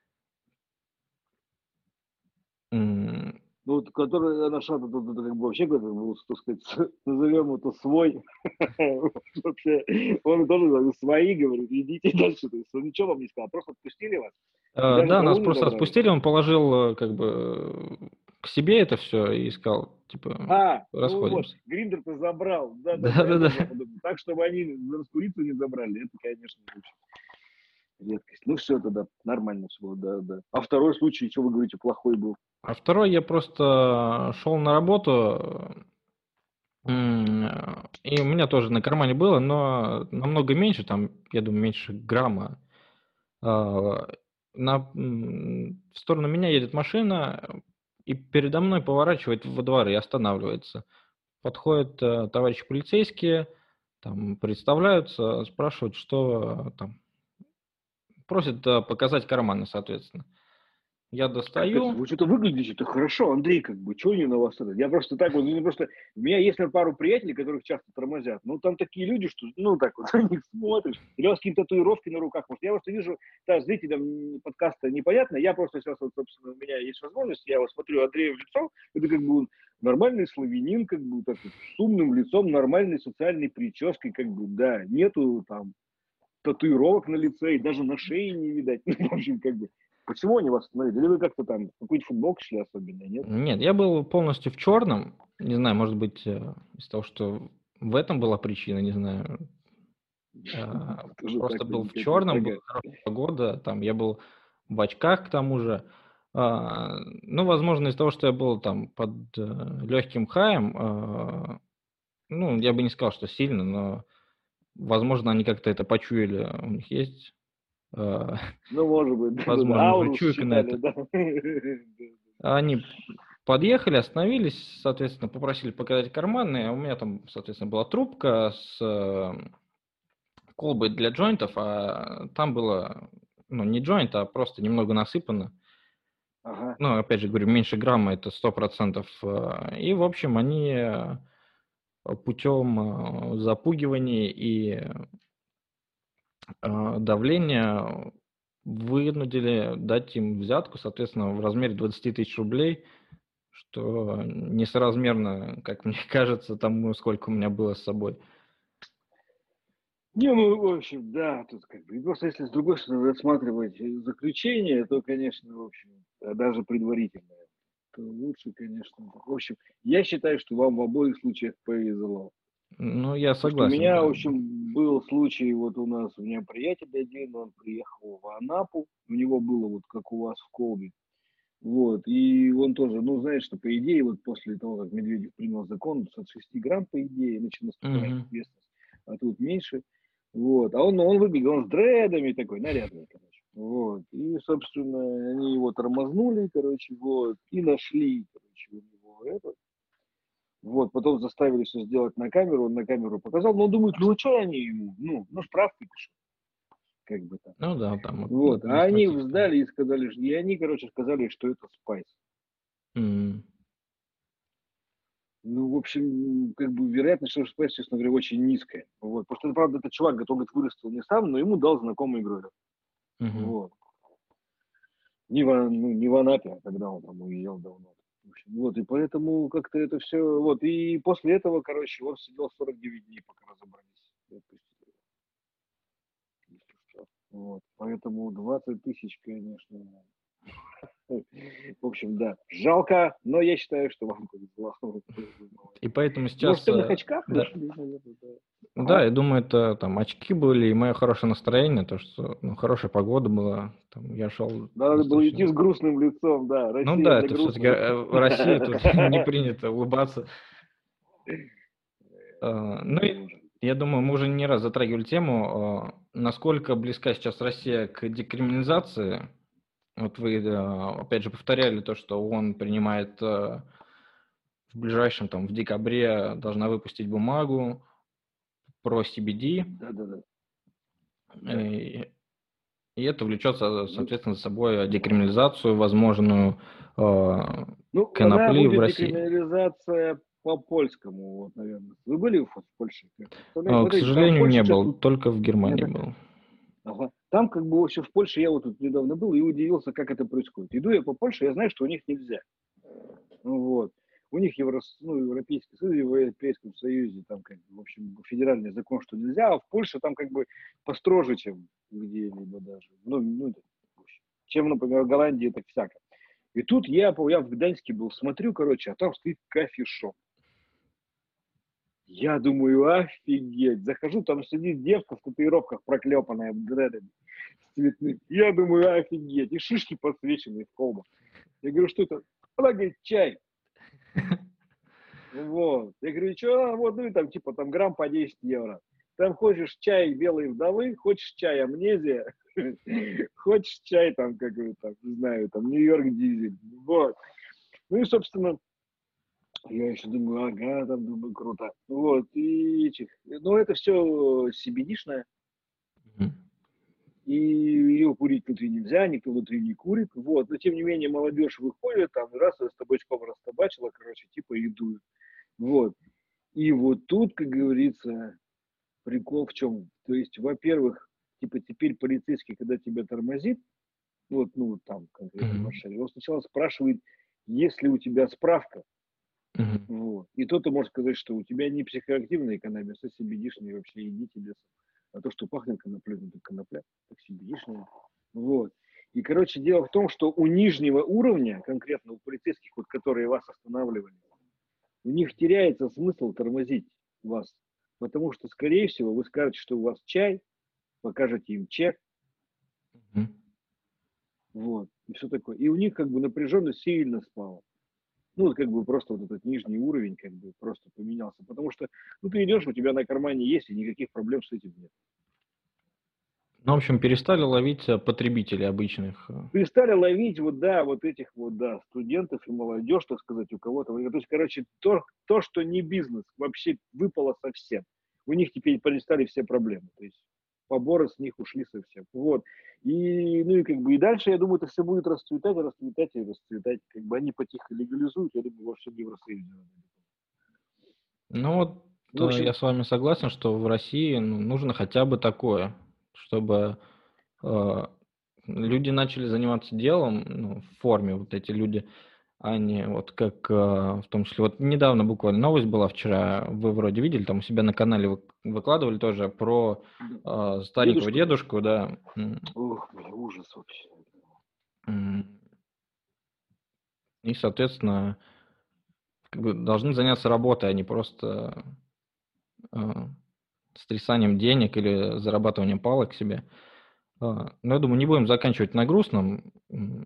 М, Ну, вот, который наш это, это, это, как бы вообще, как бы, так сказать, назовем это свой. Вообще, он тоже говорит, свои, говорит, идите дальше. То есть он ничего вам не сказал, просто отпустили вас. И э, даже Да, нас траву не просто забрали. отпустили, он положил э, как бы э, к себе это все и сказал, типа, А, ну вот, расходимся. Гриндер-то забрал. Да-да-да, я Да-да-да. тоже подумал. Так, чтобы они раскурицу не забрали, это, конечно, очень редкость. Ну все тогда, нормально все было, да-да. А второй случай, что вы говорите, плохой был? А второй, я просто шел на работу, м, э, и у меня тоже на кармане было, но намного меньше, там, я думаю, меньше грамма. А, на, м, в сторону меня едет машина, и передо мной поворачивает во двор и останавливается. Подходят э, товарищи полицейские, там представляются, спрашивают, что э, там, просят э, показать карманы, соответственно. Я Капец, достаю. вы что-то выглядите-то хорошо, Андрей, как бы, что они на вас это? Я просто так вот, ну, просто, у меня есть, наверное, пару приятелей, которых часто тормозят, ну, там такие люди, что, ну, так вот, на них смотришь, или у вас какие-то татуировки на руках, может, я просто вижу, да, зрителям подкаста непонятно, я просто сейчас, вот, собственно, у меня есть возможность, я вот смотрю Андрею в лицо, это как бы он нормальный славянин, как бы, так вот, с умным лицом, нормальной социальной прической, как бы, да, нету там татуировок на лице, и даже на шее не видать. Ну, в общем, как бы, почему они вас остановили? Или вы как-то там в какую-то футболку шли особенно, нет? Нет, я был полностью в черном. Не знаю, может быть, э, из-за того, что в этом была причина, не знаю. А, Тоже Просто так был в возникает черном, была предполагать. хорошая погода, там я был в очках к тому же. А, Ну, возможно, из-за того, что я был там под легким хаем, а, ну, я бы не сказал, что сильно, но, возможно, они как-то это почуяли. У них есть, а, Ну, может быть, да-да-да, возможно, уже ауру чуйка на считали, это. да. Они подъехали, остановились, соответственно, попросили показать карманы. А у меня там, соответственно, была трубка с э, колбой для джойнтов, а там было, ну, не джойнт, а просто немного насыпано. Ага. Ну, опять же говорю, меньше грамма, это сто процентов. э, И, в общем, они э, путем э, запугивания и э, давления вынудили дать им взятку, соответственно, в размере двадцать тысяч рублей, что несоразмерно, как мне кажется, тому, сколько у меня было с собой. Не, ну, в общем, да, тут как бы, и просто если с другой стороны рассматривать э, заключение, то, конечно, в общем, э, даже предварительное, то лучше, конечно. В общем, я считаю, что вам в обоих случаях повезло. Ну, я Потому что у согласен, меня, в да. общем, был случай, вот у нас, у меня приятель один, он приехал в Анапу, у него было вот как у вас в Колбе, вот, и он тоже, ну, знаешь, что по идее, вот после того, как Медведев принял закон, с шести грамм, по идее, начинает наступать Мгм. ответственность, а тут меньше, вот, а он, он выбегал, он с дредами такой, нарядный, короче, вот, и, собственно, они его тормознули, короче, вот, и нашли, короче, у него это, вот, потом заставили все сделать на камеру, он на камеру показал, но он думает, ну, что они ему, ну, ну, справки пишут, как бы там. Ну да, там вот Вот, а они административка. сдали и сказали, что- и они, короче, сказали, что это спайс. М. Ну, в общем, как бы вероятность, что спайс, честно говоря, очень низкая. Вот, потому что, правда, этот чувак, который говорит, вырастил не сам, но ему дал знакомый игрок. Мгм. Вот. Не в, ну, не в Анапе, а когда он там уезжал давно. В общем, вот, и поэтому как-то это все, вот, и после этого, короче, он сидел сорок девять дней, пока разобрались. И отпустили его, если что. Вот, поэтому двадцать тысяч, конечно, в общем, да, жалко, но я считаю, что вам повезло. И поэтому Может, в сейчас, темных э, очках да, нашли, наверное, да. да, Ага. я думаю, это там очки были и мое хорошее настроение, то, что, ну, хорошая погода была, там я шел Надо было идти с достаточно. грустным лицом, да. Ну Россия да, для это все-таки грустных. в России тут не принято улыбаться. А, Ну, и Боже. я думаю, мы уже не раз затрагивали тему, а, насколько близка сейчас Россия к декриминализации. Вот вы, а, опять же, повторяли то, что ООН принимает а, в ближайшем, там, в декабре должна выпустить бумагу про си би ди, Да-да-да. Да. и, и это влечет, со- Ну, соответственно, за собой декриминализацию возможную а, ну, она конопли в будет России. декриминализация по польскому, вот, наверное. Вы были в в Польше? Как представляете? А, К Смотрите, там в сожалению, Польше не сейчас был, только в Германии нет. был. Ага. Там как бы вообще в Польше, я вот тут недавно был и удивился, как это происходит. Иду я по Польше, я знаю, что у них нельзя. Ну вот. У них Евро, ну, Европейский Союз, в Европейском Союзе, там, как бы, в общем, федеральный закон, что нельзя, а в Польше там как бы построже, чем где-либо даже. Ну, ну, в общем, чем, например, в Голландии так всяко. И тут я, я в Гданьске был, смотрю, короче, а там стоит кофешоп. Я думаю, офигеть. Захожу, там сидит девка в татуировках, проклепанная дредами с цветными. Я думаю, офигеть. И шишки подсвеченные в колбах. Я говорю, что это? Она говорит, чай. Вот. Я говорю, что? Вот, ну и там, типа, там грамм по десять евро. Там хочешь чай белой вдовы, хочешь чай амнезия, хочешь чай там, как бы, там, не знаю, там, Нью-Йорк дизель. Вот. Ну и, собственно, я еще думаю, ага, там, думаю, круто. Вот, и этих, ну, это все си би ди-шное, Мгм. и ее курить внутри нельзя, никто внутри не курит, вот, но тем не менее молодежь выходит, там, раз, с табачком растабачила, короче, типа, и дует. Вот. И вот тут, как говорится, прикол в чем? То есть, во-первых, типа теперь полицейский, когда тебя тормозит, вот, ну, вот там конкретно в Мгм. Варшаве, он сначала спрашивает, есть ли у тебя справка, Мгм. вот. И то ты можешь сказать, что у тебя не психоактивная каннабис, а си би ди-шный вообще, иди тебе. А то, что пахнет коноплей, ну, так конопля, так себе яичная. Вот. И, короче, дело в том, что у нижнего уровня, конкретно у полицейских, вот, которые вас останавливали, у них теряется смысл тормозить вас. Потому что, скорее всего, вы скажете, что у вас чай, покажете им чек, Мгм. вот, и все такое. И у них как бы напряженность сильно спала. Ну, вот как бы просто вот этот нижний уровень как бы просто поменялся. Потому что, ну, ты идешь, у тебя на кармане есть, и никаких проблем с этим нет. Ну, в общем, перестали ловить э, потребителей обычных. э. Перестали ловить вот, да, вот этих вот, да, студентов и молодежь, так сказать, у кого-то. То есть, короче, то, то, что не бизнес, вообще выпало совсем. У них теперь перестали все проблемы. То есть поборы с них ушли совсем. Вот. И, ну и как бы и дальше, я думаю, это все будет расцветать, расцветать и расцветать. Как бы они потихо легализуют, я думаю, во всем Евросоюзе. Ну вот Ну, в э, я общем, с вами согласен, что в России ну, нужно хотя бы такое, чтобы э, люди начали заниматься делом, ну, в форме, вот эти люди, а не вот как, э, в том числе, вот недавно буквально новость была вчера, вы вроде видели, там у себя на канале вы- выкладывали тоже про э, старенького дедушку, дедушку, да, м, ох, бля, ужас вообще. м, и, соответственно, как бы должны заняться работой, а не просто э, стрясанием денег или зарабатыванием палок себе. А, Но я думаю, не будем заканчивать на грустном. М,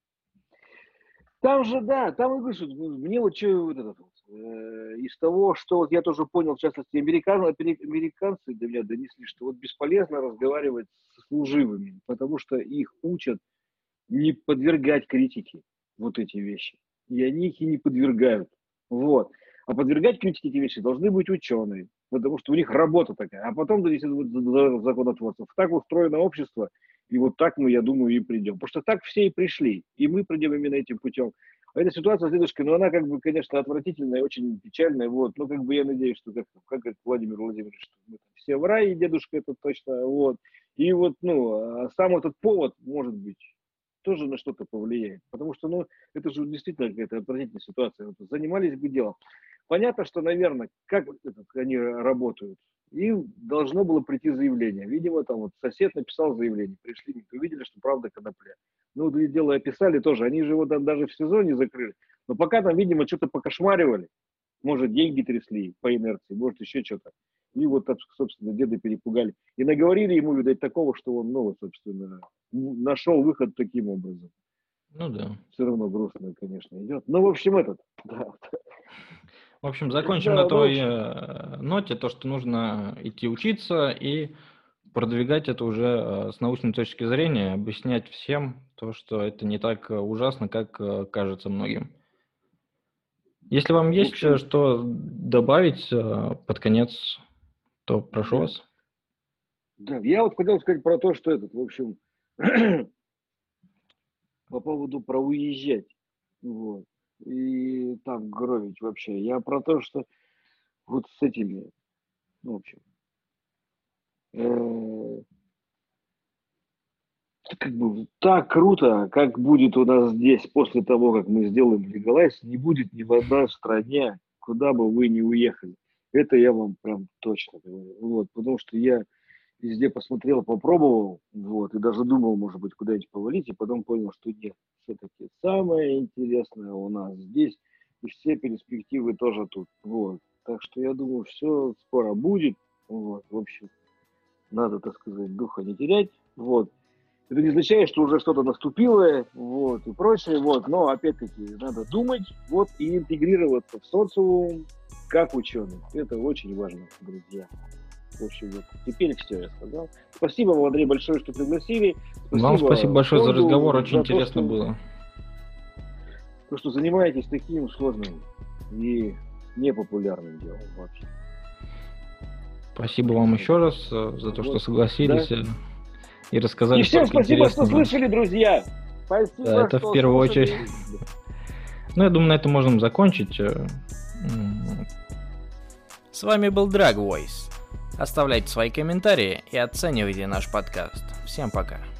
Там же, да, там и выше, мне вот что вот этот вот, э, из того, что вот я тоже понял, в частности, американ, американцы до меня донесли, что вот бесполезно разговаривать с служивыми, потому что их учат не подвергать критике вот эти вещи. И они их и не подвергают. Вот. А подвергать критике эти вещи должны быть ученые, потому что у них работа такая. А потом донести до законотворцев. Так устроено общество, и вот так мы, я думаю, и придем. Потому что так все и пришли, и мы придем именно этим путем. А эта ситуация с дедушкой, ну, она как бы, конечно, отвратительная, очень печальная, вот. Но как бы я надеюсь, что, как, как говорит Владимир Владимирович, что мы все в рай, и дедушка это точно, вот. И вот, ну, а сам этот повод, может быть, тоже на что-то повлияет. Потому что, ну, это же действительно какая-то отвратительная ситуация. Вот занимались бы делом. Понятно, что, наверное, как этот, они работают. Им должно было прийти заявление. Видимо, там вот сосед написал заявление. Пришли, увидели, что правда конопля. Ну, и дело описали тоже. Они же его там даже в сезоне закрыли. Но пока там, видимо, что-то покошмаривали. Может, деньги трясли по инерции, может, еще что-то. И вот, так, собственно, деда перепугали. И наговорили ему, видать, такого, что он, ну, вот, собственно, нашел выход таким образом. Ну да. Все равно грустно, конечно, идет. Ну, в общем, этот, да. В общем, закончим Да, на ну, в той общем, э, ноте, то, что нужно идти учиться и продвигать это уже э, с научной точки зрения, объяснять всем то, что это не так э, ужасно, как э, кажется многим. Если вам в есть э, общем, что добавить э, под конец, то прошу да, вас. да. Я вот хотел сказать про то, что этот, в общем, по поводу про уезжать, вот, и там гровить вообще. Я про то, что вот с этими, ну, в общем, э, как бы так круто, как будет у нас здесь после того, как мы сделаем легалайз, не будет ни в одной стране, куда бы вы ни уехали. Это я вам прям точно говорю. Вот, потому что я везде посмотрел, попробовал, вот, и даже думал, может быть, куда-нибудь повалить, и потом понял, что нет. Все-таки самое интересное у нас здесь, и все перспективы тоже тут. Вот. Так что я думаю, все скоро будет. Вот. В общем, надо, так сказать, духа не терять. Вот. Это не означает, что уже что-то наступило, вот, и прочее, вот, но, опять-таки, надо думать, вот, и интегрироваться в социум как ученый. Это очень важно, друзья. В общем, вот, теперь все я сказал. Спасибо вам, Андрей, большое, что пригласили. Спасибо Вам спасибо большое за фонду разговор, очень за то, интересно что, было. то, что занимаетесь таким сложным и непопулярным делом вообще. Спасибо вам еще раз э, за то, что Вот, согласились да. э, и рассказали И всем столько спасибо, что интересного. слышали, друзья. Спасибо, Да, это что в первую слушали. очередь. Ну, я думаю, на этом можем закончить. э, м, С вами был Drag Voice. Оставляйте свои комментарии и оценивайте наш подкаст. Всем пока.